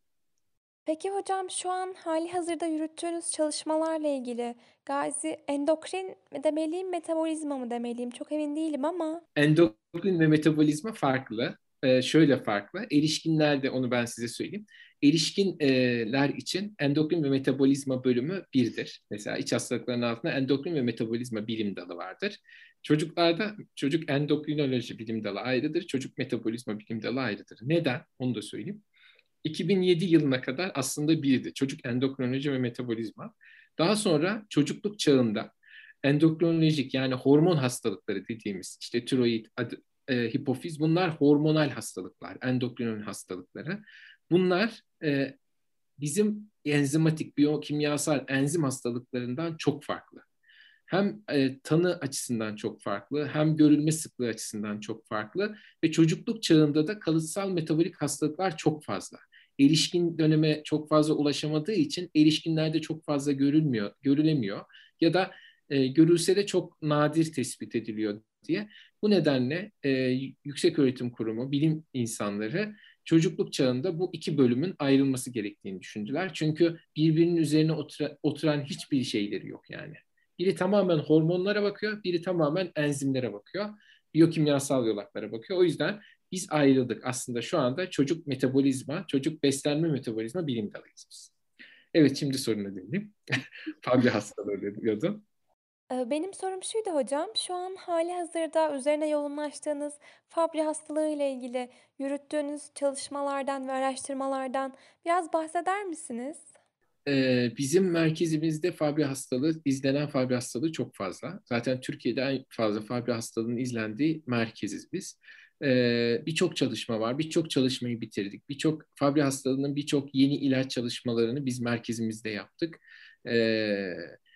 Peki hocam şu an hali hazırda yürüttüğünüz çalışmalarla ilgili Gazi endokrin mi demeliyim, metabolizma mı demeliyim? Çok emin değilim ama. Endokrin ve metabolizma farklı. Ee, şöyle farklı. Erişkinlerde onu ben size söyleyeyim. Erişkinler için endokrin ve metabolizma bölümü birdir. Mesela iç hastalıkların altında endokrin ve metabolizma bilim dalı vardır. Çocuklarda çocuk endokrinoloji bilim dalı ayrıdır. Çocuk metabolizma bilim dalı ayrıdır. Neden? Onu da söyleyeyim. iki bin yedi yılına kadar aslında birdi. Çocuk endokrinoloji ve metabolizma. Daha sonra çocukluk çağında endokrinolojik yani hormon hastalıkları dediğimiz işte tiroid, e, hipofiz bunlar hormonal hastalıklar, endokrinoloji hastalıkları. Bunlar e, bizim enzimatik, biyokimyasal enzim hastalıklarından çok farklı. Hem e, tanı açısından çok farklı, hem görülme sıklığı açısından çok farklı ve çocukluk çağında da kalıtsal metabolik hastalıklar çok fazla. Erişkin döneme çok fazla ulaşamadığı için erişkinlerde çok fazla görülmüyor, görülemiyor ya da e, görülse de çok nadir tespit ediliyor diye. Bu nedenle e, Yükseköğretim Kurumu, bilim insanları çocukluk çağında bu iki bölümün ayrılması gerektiğini düşündüler. Çünkü birbirinin üzerine otura, oturan hiçbir şeyleri yok yani. Biri tamamen hormonlara bakıyor, biri tamamen enzimlere bakıyor. Biyokimyasal yolaklara bakıyor. O yüzden biz ayrıldık. Aslında şu anda çocuk metabolizma, çocuk beslenme metabolizma bilim dalıyız biz. Evet şimdi soruna dönelim. Fabry hastalığı diyordum. Ee, Benim sorum şuydu hocam. Şu an hali hazırda üzerine yoğunlaştığınız Fabry hastalığı ile ilgili yürüttüğünüz çalışmalardan ve araştırmalardan biraz bahseder misiniz? Ee, bizim merkezimizde Fabry hastalığı, izlenen Fabry hastalığı çok fazla. Zaten Türkiye'de en fazla Fabry hastalığının izlendiği merkeziz biz. Ee, birçok çalışma var, birçok çalışmayı bitirdik. Birçok Fabry hastalığının birçok yeni ilaç çalışmalarını biz merkezimizde yaptık. Ee,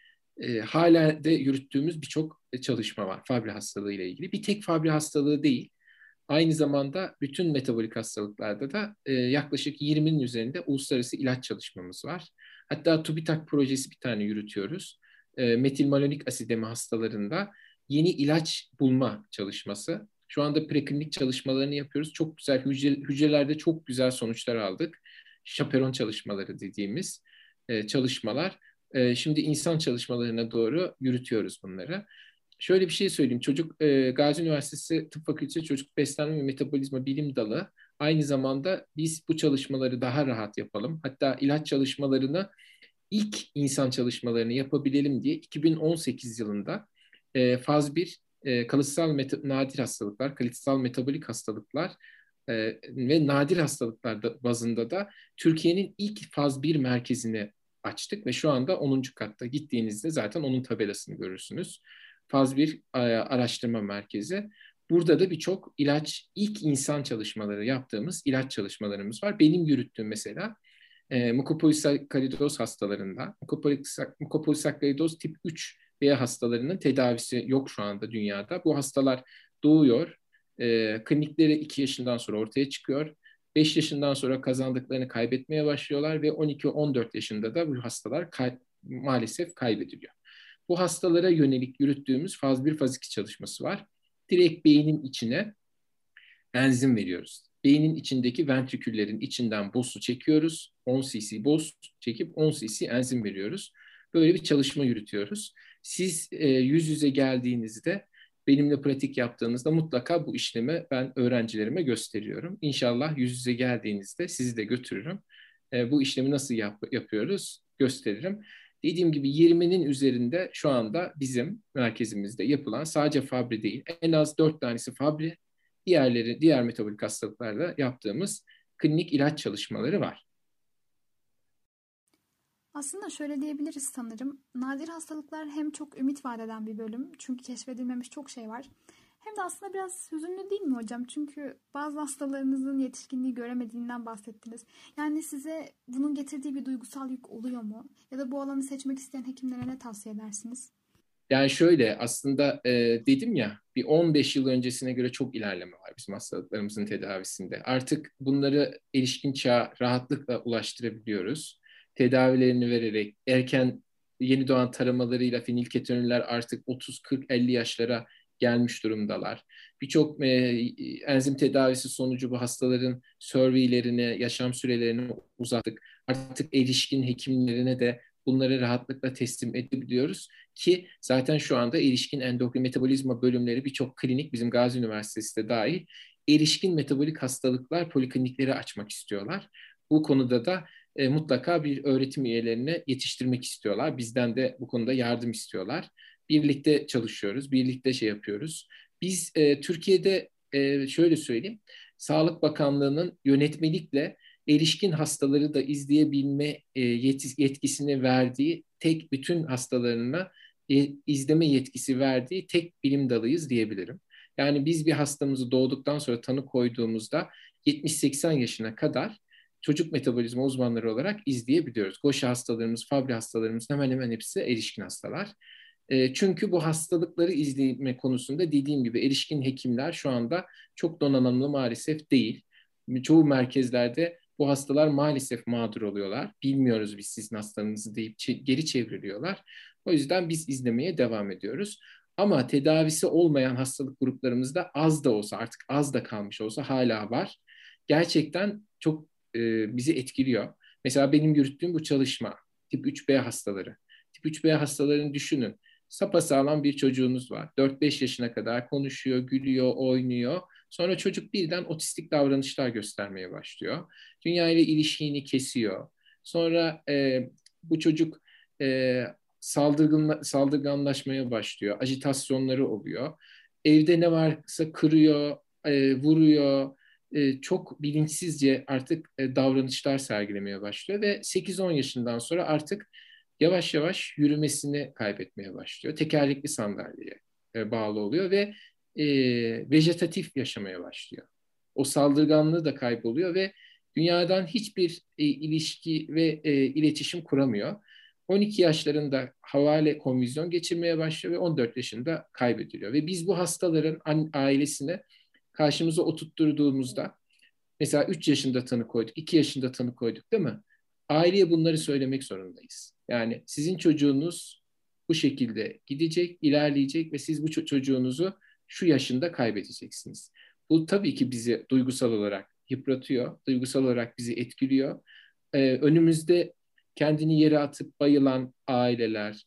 e, hala de yürüttüğümüz birçok çalışma var Fabry hastalığı ile ilgili. Bir tek Fabry hastalığı değil. Aynı zamanda bütün metabolik hastalıklarda da e, yaklaşık yirminin üzerinde uluslararası ilaç çalışmamız var. Hatta TÜBİTAK projesi bir tane yürütüyoruz. E, metilmalonik asidemi hastalarında yeni ilaç bulma çalışması. Şu anda preklinik çalışmalarını yapıyoruz. Çok güzel hücre, hücrelerde çok güzel sonuçlar aldık. Şaperon çalışmaları dediğimiz e, çalışmalar. E, şimdi insan çalışmalarına doğru yürütüyoruz bunları. şöyle bir şey söyleyeyim. Çocuk e, Gazi Üniversitesi Tıp Fakültesi Çocuk Beslenme ve Metabolizma Bilim Dalı. Aynı zamanda biz bu çalışmaları daha rahat yapalım. Hatta ilaç çalışmalarını ilk insan çalışmalarını yapabilelim diye iki bin on sekiz yılında e, faz bir e, kalıtsal meta- nadir hastalıklar, kalıtsal metabolik hastalıklar e, ve nadir hastalıklar da, bazında da Türkiye'nin ilk faz bir merkezini açtık ve şu anda onuncu katta. Gittiğinizde zaten onun tabelasını görürsünüz. Faz bir e, araştırma merkezi. Burada da birçok ilaç, ilk insan çalışmaları yaptığımız ilaç çalışmalarımız var. Benim yürüttüğüm mesela e, mukopolisakaridoz hastalarında, mukopolisakaridoz tip üç B hastalarının tedavisi yok şu anda dünyada. Bu hastalar doğuyor, e, klinikleri iki yaşından sonra ortaya çıkıyor. beş yaşından sonra kazandıklarını kaybetmeye başlıyorlar ve on iki on dört yaşında da bu hastalar kay- maalesef kaybediliyor. Bu hastalara yönelik yürüttüğümüz faz bir faz iki çalışması var. Direkt beynin içine enzim veriyoruz. Beynin içindeki ventriküllerin içinden bosu çekiyoruz. on cc boz çekip on cc enzim veriyoruz. Böyle bir çalışma yürütüyoruz. Siz e, yüz yüze geldiğinizde, benimle pratik yaptığınızda mutlaka bu işlemi ben öğrencilerime gösteriyorum. İnşallah yüz yüze geldiğinizde sizi de götürürüm. E, bu işlemi nasıl yap yapıyoruz gösteririm. Dediğim gibi yirminin üzerinde şu anda bizim merkezimizde yapılan, sadece Fabry değil, en az dört tanesi Fabry, diğerleri, diğer metabolik hastalıklarda yaptığımız klinik ilaç çalışmaları var. Aslında şöyle diyebiliriz sanırım. Nadir hastalıklar hem çok ümit vaat eden bir bölüm. Çünkü keşfedilmemiş çok şey var. Hem de aslında biraz hüzünlü değil mi hocam? Çünkü bazı hastalarınızın yetişkinliği göremediğinden bahsettiniz. Yani size bunun getirdiği bir duygusal yük oluyor mu? Ya da bu alanı seçmek isteyen hekimlere ne tavsiye edersiniz? Yani şöyle aslında e, dedim ya, bir on beş yıl öncesine göre çok ilerleme var bizim hastalıklarımızın tedavisinde. Artık bunları erişkin çağa rahatlıkla ulaştırabiliyoruz. Tedavilerini vererek erken yeni doğan taramalarıyla fenilketonurlar artık otuz kırk elli yaşlara gelmiş durumdalar. Birçok e, enzim tedavisi sonucu bu hastaların survey'lerini, yaşam sürelerini uzattık. Artık erişkin hekimlerine de bunları rahatlıkla teslim edebiliyoruz ki zaten şu anda erişkin endokrin metabolizma bölümleri birçok klinik, bizim Gazi Üniversitesi de dahil, erişkin metabolik hastalıklar poliklinikleri açmak istiyorlar. Bu konuda da e, mutlaka bir öğretim üyelerini yetiştirmek istiyorlar. Bizden de bu konuda yardım istiyorlar. Birlikte çalışıyoruz, birlikte şey yapıyoruz. Biz e, Türkiye'de e, şöyle söyleyeyim, Sağlık Bakanlığı'nın yönetmelikle erişkin hastaları da izleyebilme e, yetkisini verdiği, tek bütün hastalarına e, izleme yetkisi verdiği tek bilim dalıyız diyebilirim. Yani biz bir hastamızı doğduktan sonra tanı koyduğumuzda yetmiş seksen yaşına kadar çocuk metabolizma uzmanları olarak izleyebiliyoruz. Gaucher hastalarımız, Fabry hastalarımız hemen hemen hepsi erişkin hastalar. E, çünkü bu hastalıkları izleme konusunda dediğim gibi erişkin hekimler şu anda çok donanımlı maalesef değil. Çoğu merkezlerde bu hastalar maalesef mağdur oluyorlar. Bilmiyoruz biz sizin hastanızı deyip geri çevriliyorlar. O yüzden biz izlemeye devam ediyoruz. Ama tedavisi olmayan hastalık gruplarımızda az da olsa, artık az da kalmış olsa hala var. Gerçekten çok e, bizi etkiliyor. Mesela benim yürüttüğüm bu çalışma, tip üç B hastaları. Tip üç B hastalarını düşünün. Sapasağlam bir çocuğunuz var. dört beş yaşına kadar konuşuyor, gülüyor, oynuyor. Sonra çocuk birden otistik davranışlar göstermeye başlıyor. Dünya ile ilişkini kesiyor. Sonra e, bu çocuk e, saldırgan, saldırganlaşmaya başlıyor. Ajitasyonları oluyor. Evde ne varsa kırıyor, e, vuruyor. E, çok bilinçsizce artık e, davranışlar sergilemeye başlıyor ve sekiz on yaşından sonra artık yavaş yavaş yürümesini kaybetmeye başlıyor. Tekerlekli sandalyeye e, bağlı oluyor ve e, vejetatif yaşamaya başlıyor. O saldırganlığı da kayboluyor ve dünyadan hiçbir e, ilişki ve e, iletişim kuramıyor. on iki yaşlarında havale konvizyon geçirmeye başlıyor ve on dört yaşında kaybediliyor. Ve biz bu hastaların ailesine karşımıza oturtturduğumuzda, mesela üç yaşında tanı koyduk, iki yaşında tanı koyduk değil mi? Aileye bunları söylemek zorundayız. Yani sizin çocuğunuz bu şekilde gidecek, ilerleyecek ve siz bu çocuğunuzu şu yaşında kaybedeceksiniz. Bu tabii ki bizi duygusal olarak yıpratıyor, duygusal olarak bizi etkiliyor. Ee, önümüzde kendini yere atıp bayılan aileler,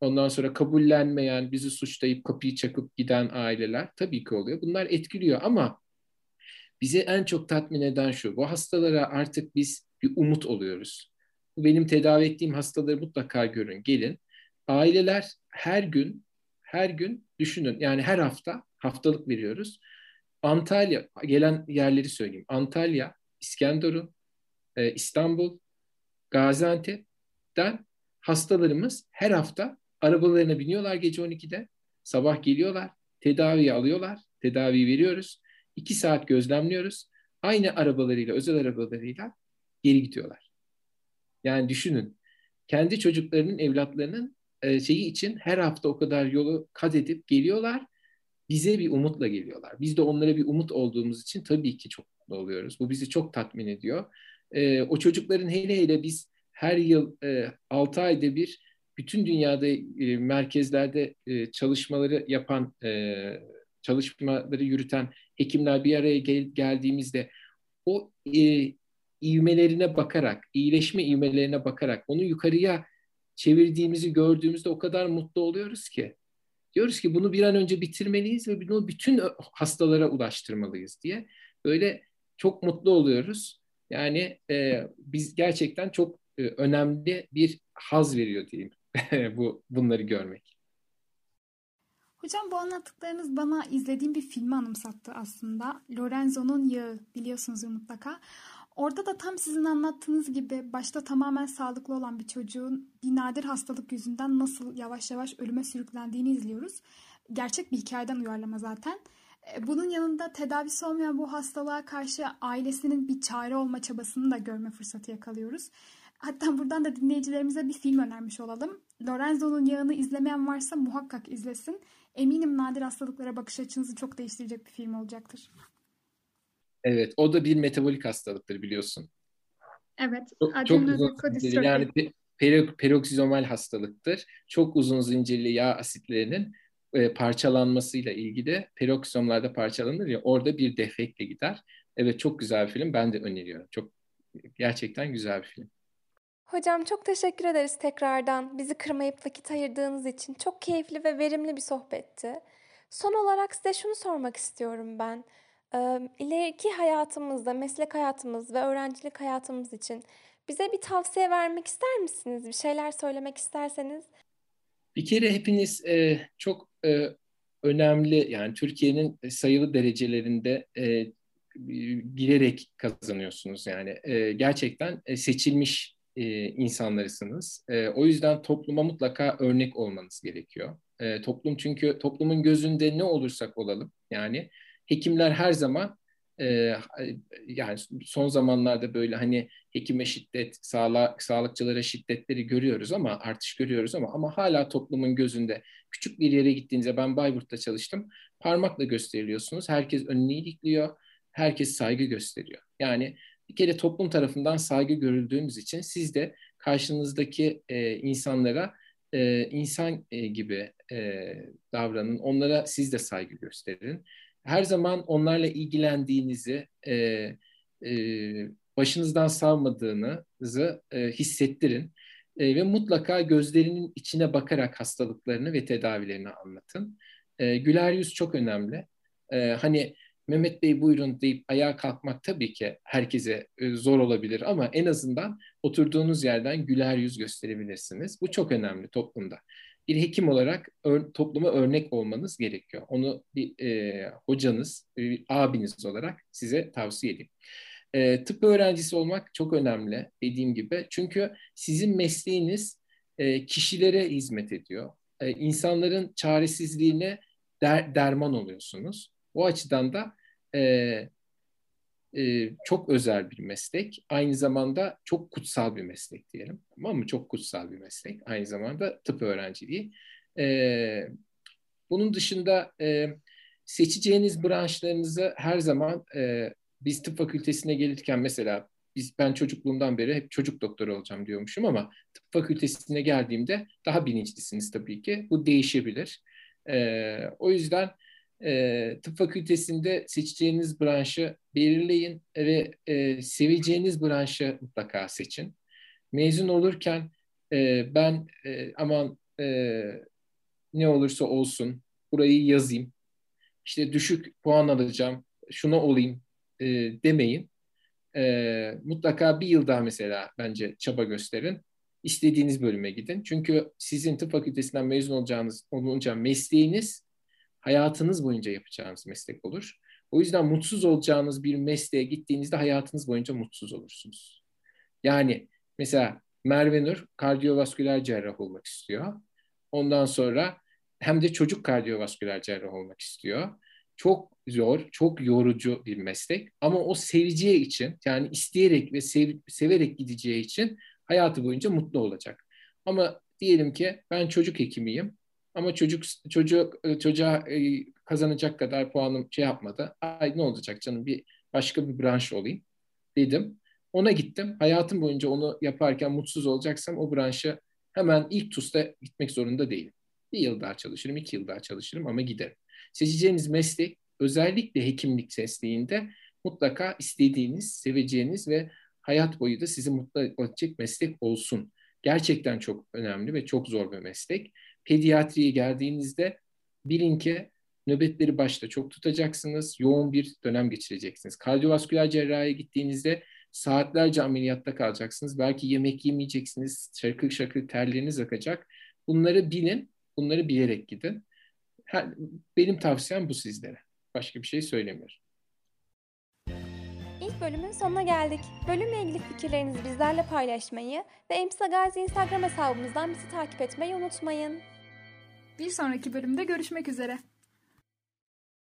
Ondan sonra kabullenmeyen, bizi suçlayıp kapıyı çakıp giden aileler tabii ki oluyor. Bunlar etkiliyor ama bizi en çok tatmin eden şu: bu hastalara artık biz bir umut oluyoruz. Bu benim tedavi ettiğim hastaları mutlaka görün, gelin. Aileler her gün, her gün düşünün, yani her hafta haftalık veriyoruz. Antalya, gelen yerleri söyleyeyim. Antalya, İskenderun, e, İstanbul, Gaziantep'ten hastalarımız her hafta arabalarına biniyorlar gece on ikide. Sabah geliyorlar, tedaviyi alıyorlar, tedaviyi veriyoruz. iki saat gözlemliyoruz. Aynı arabalarıyla, özel arabalarıyla geri gidiyorlar. Yani düşünün, kendi çocuklarının, evlatlarının e, şeyi için her hafta o kadar yolu kat edip geliyorlar. Bize bir umutla geliyorlar. Biz de onlara bir umut olduğumuz için tabii ki çok mutlu oluyoruz. Bu bizi çok tatmin ediyor. E, o çocukların hele hele biz her yıl e, altı ayda bir bütün dünyada e, merkezlerde e, çalışmaları yapan, e, çalışmaları yürüten hekimler bir araya gel- geldiğimizde o e, ivmelerine bakarak, iyileşme ivmelerine bakarak onu yukarıya çevirdiğimizi gördüğümüzde o kadar mutlu oluyoruz ki. Diyoruz ki bunu bir an önce bitirmeliyiz ve bunu bütün hastalara ulaştırmalıyız diye. Böyle çok mutlu oluyoruz. Yani e, biz gerçekten çok e, önemli bir haz veriyor diyeyim bu bunları görmek. Hocam bu anlattıklarınız bana izlediğim bir filmi anımsattı aslında. Lorenzo'nun Yağı, biliyorsunuz mutlaka. Orada da tam sizin anlattığınız gibi başta tamamen sağlıklı olan bir çocuğun bir nadir hastalık yüzünden nasıl yavaş yavaş ölüme sürüklendiğini izliyoruz. Gerçek bir hikayeden uyarlama zaten. E, Bunun yanında tedavisi olmayan bu hastalığa karşı ailesinin bir çare olma çabasını da görme fırsatı yakalıyoruz. Hatta buradan da dinleyicilerimize bir film önermiş olalım. Lorenzo'nun Yağını izlemeyen varsa muhakkak izlesin. Eminim nadir hastalıklara bakış açınızı çok değiştirecek bir film olacaktır. Evet, o da bir metabolik hastalıktır biliyorsun. Evet, Çok, çok uzun zincirli, yani adrenoleukodistrofi. pe- perok- peroksisomal hastalıktır. Çok uzun zincirli yağ asitlerinin e, parçalanmasıyla ilgili, peroksisomlarda parçalanır ya, orada bir defektle gider. Evet, çok güzel bir film, ben de öneriyorum. Çok gerçekten güzel bir film. Hocam çok teşekkür ederiz tekrardan. Bizi kırmayıp vakit ayırdığınız için çok keyifli ve verimli bir sohbetti. Son olarak size şunu sormak istiyorum ben. Ee, ileriki hayatımızda, meslek hayatımız ve öğrencilik hayatımız için bize bir tavsiye vermek ister misiniz? Bir şeyler söylemek isterseniz. Bir kere hepiniz e, çok e, önemli, yani Türkiye'nin sayılı derecelerinde e, girerek kazanıyorsunuz. Yani e, gerçekten e, seçilmiş e, insanlarısınız. E, o yüzden topluma mutlaka örnek olmanız gerekiyor. E, toplum, çünkü toplumun gözünde ne olursak olalım, yani hekimler her zaman e, yani son zamanlarda böyle hani hekime şiddet, sağlık, sağlıkçılara şiddetleri görüyoruz ama artış görüyoruz ama ama hala toplumun gözünde küçük bir yere gittiğinizde, ben Bayburt'ta çalıştım, parmakla gösteriliyorsunuz. Herkes önünü ilikliyor. Herkes saygı gösteriyor. Yani bir kere toplum tarafından saygı görüldüğümüz için siz de karşınızdaki e, insanlara e, insan e, gibi e, davranın. Onlara siz de saygı gösterin. Her zaman onlarla ilgilendiğinizi, e, e, başınızdan savmadığınızı e, hissettirin. E, ve mutlaka gözlerinin içine bakarak hastalıklarını ve tedavilerini anlatın. E, güler yüz çok önemli. E, hani Mehmet Bey buyurun deyip ayağa kalkmak tabii ki herkese e, zor olabilir ama en azından oturduğunuz yerden güler yüz gösterebilirsiniz. Bu çok önemli toplumda. Bir hekim olarak ör, topluma örnek olmanız gerekiyor. Onu bir e, hocanız, bir abiniz olarak size tavsiye edeyim. E, tıp öğrencisi olmak çok önemli dediğim gibi. Çünkü sizin mesleğiniz e, kişilere hizmet ediyor. E, insanların çaresizliğine der, derman oluyorsunuz. O açıdan da e, e, çok özel bir meslek. Aynı zamanda çok kutsal bir meslek diyelim. Tamam mı? Çok kutsal bir meslek. Aynı zamanda tıp öğrenciliği. E, Bunun dışında e, seçeceğiniz branşlarınızı her zaman e, biz tıp fakültesine gelirken mesela biz ben çocukluğumdan beri hep çocuk doktoru olacağım diyormuşum ama tıp fakültesine geldiğimde daha bilinçlisiniz tabii ki. Bu değişebilir. E, o yüzden e, tıp fakültesinde seçeceğiniz branşı belirleyin ve e, seveceğiniz branşı mutlaka seçin. Mezun olurken e, ben e, aman e, ne olursa olsun burayı yazayım. İşte düşük puan alacağım, şuna olayım e, demeyin. E, mutlaka bir yıl daha mesela bence çaba gösterin. İstediğiniz bölüme gidin. Çünkü sizin tıp fakültesinden mezun olacağınız, olunca mesleğiniz hayatınız boyunca yapacağınız meslek olur. O yüzden mutsuz olacağınız bir mesleğe gittiğinizde hayatınız boyunca mutsuz olursunuz. Yani mesela Merve Nur kardiyovasküler cerrah olmak istiyor. Ondan sonra hem de çocuk kardiyovasküler cerrah olmak istiyor. Çok zor, çok yorucu bir meslek. Ama o seveceği için, yani isteyerek ve sev, severek gideceği için hayatı boyunca mutlu olacak. Ama diyelim ki ben çocuk hekimiyim. Ama çocuk çocuk çocuğa e, kazanacak kadar puanım şey yapmadı. Ay ne olacak canım, bir başka bir branş olayım dedim. Ona gittim. Hayatım boyunca onu yaparken mutsuz olacaksam o branşa hemen ilk TUS'ta gitmek zorunda değilim. Bir yıl daha çalışırım, iki yıl daha çalışırım ama giderim. Seçeceğiniz meslek, özellikle hekimlik mesleğinde mutlaka istediğiniz, seveceğiniz ve hayat boyu da sizi mutlu edecek meslek olsun. Gerçekten çok önemli ve çok zor bir meslek. Pediatriye geldiğinizde bilin ki nöbetleri başta çok tutacaksınız, yoğun bir dönem geçireceksiniz. Kardiyovasküler cerrahiye gittiğinizde saatlerce ameliyatta kalacaksınız. Belki yemek yemeyeceksiniz, şakır şakır terleriniz akacak. Bunları bilin, bunları bilerek gidin. Benim tavsiyem bu sizlere. Başka bir şey söylemiyorum. İlk bölümün sonuna geldik. Bölümle ilgili fikirlerinizi bizlerle paylaşmayı ve Emsa Gazi Instagram hesabımızdan bizi takip etmeyi unutmayın. Bir sonraki bölümde görüşmek üzere.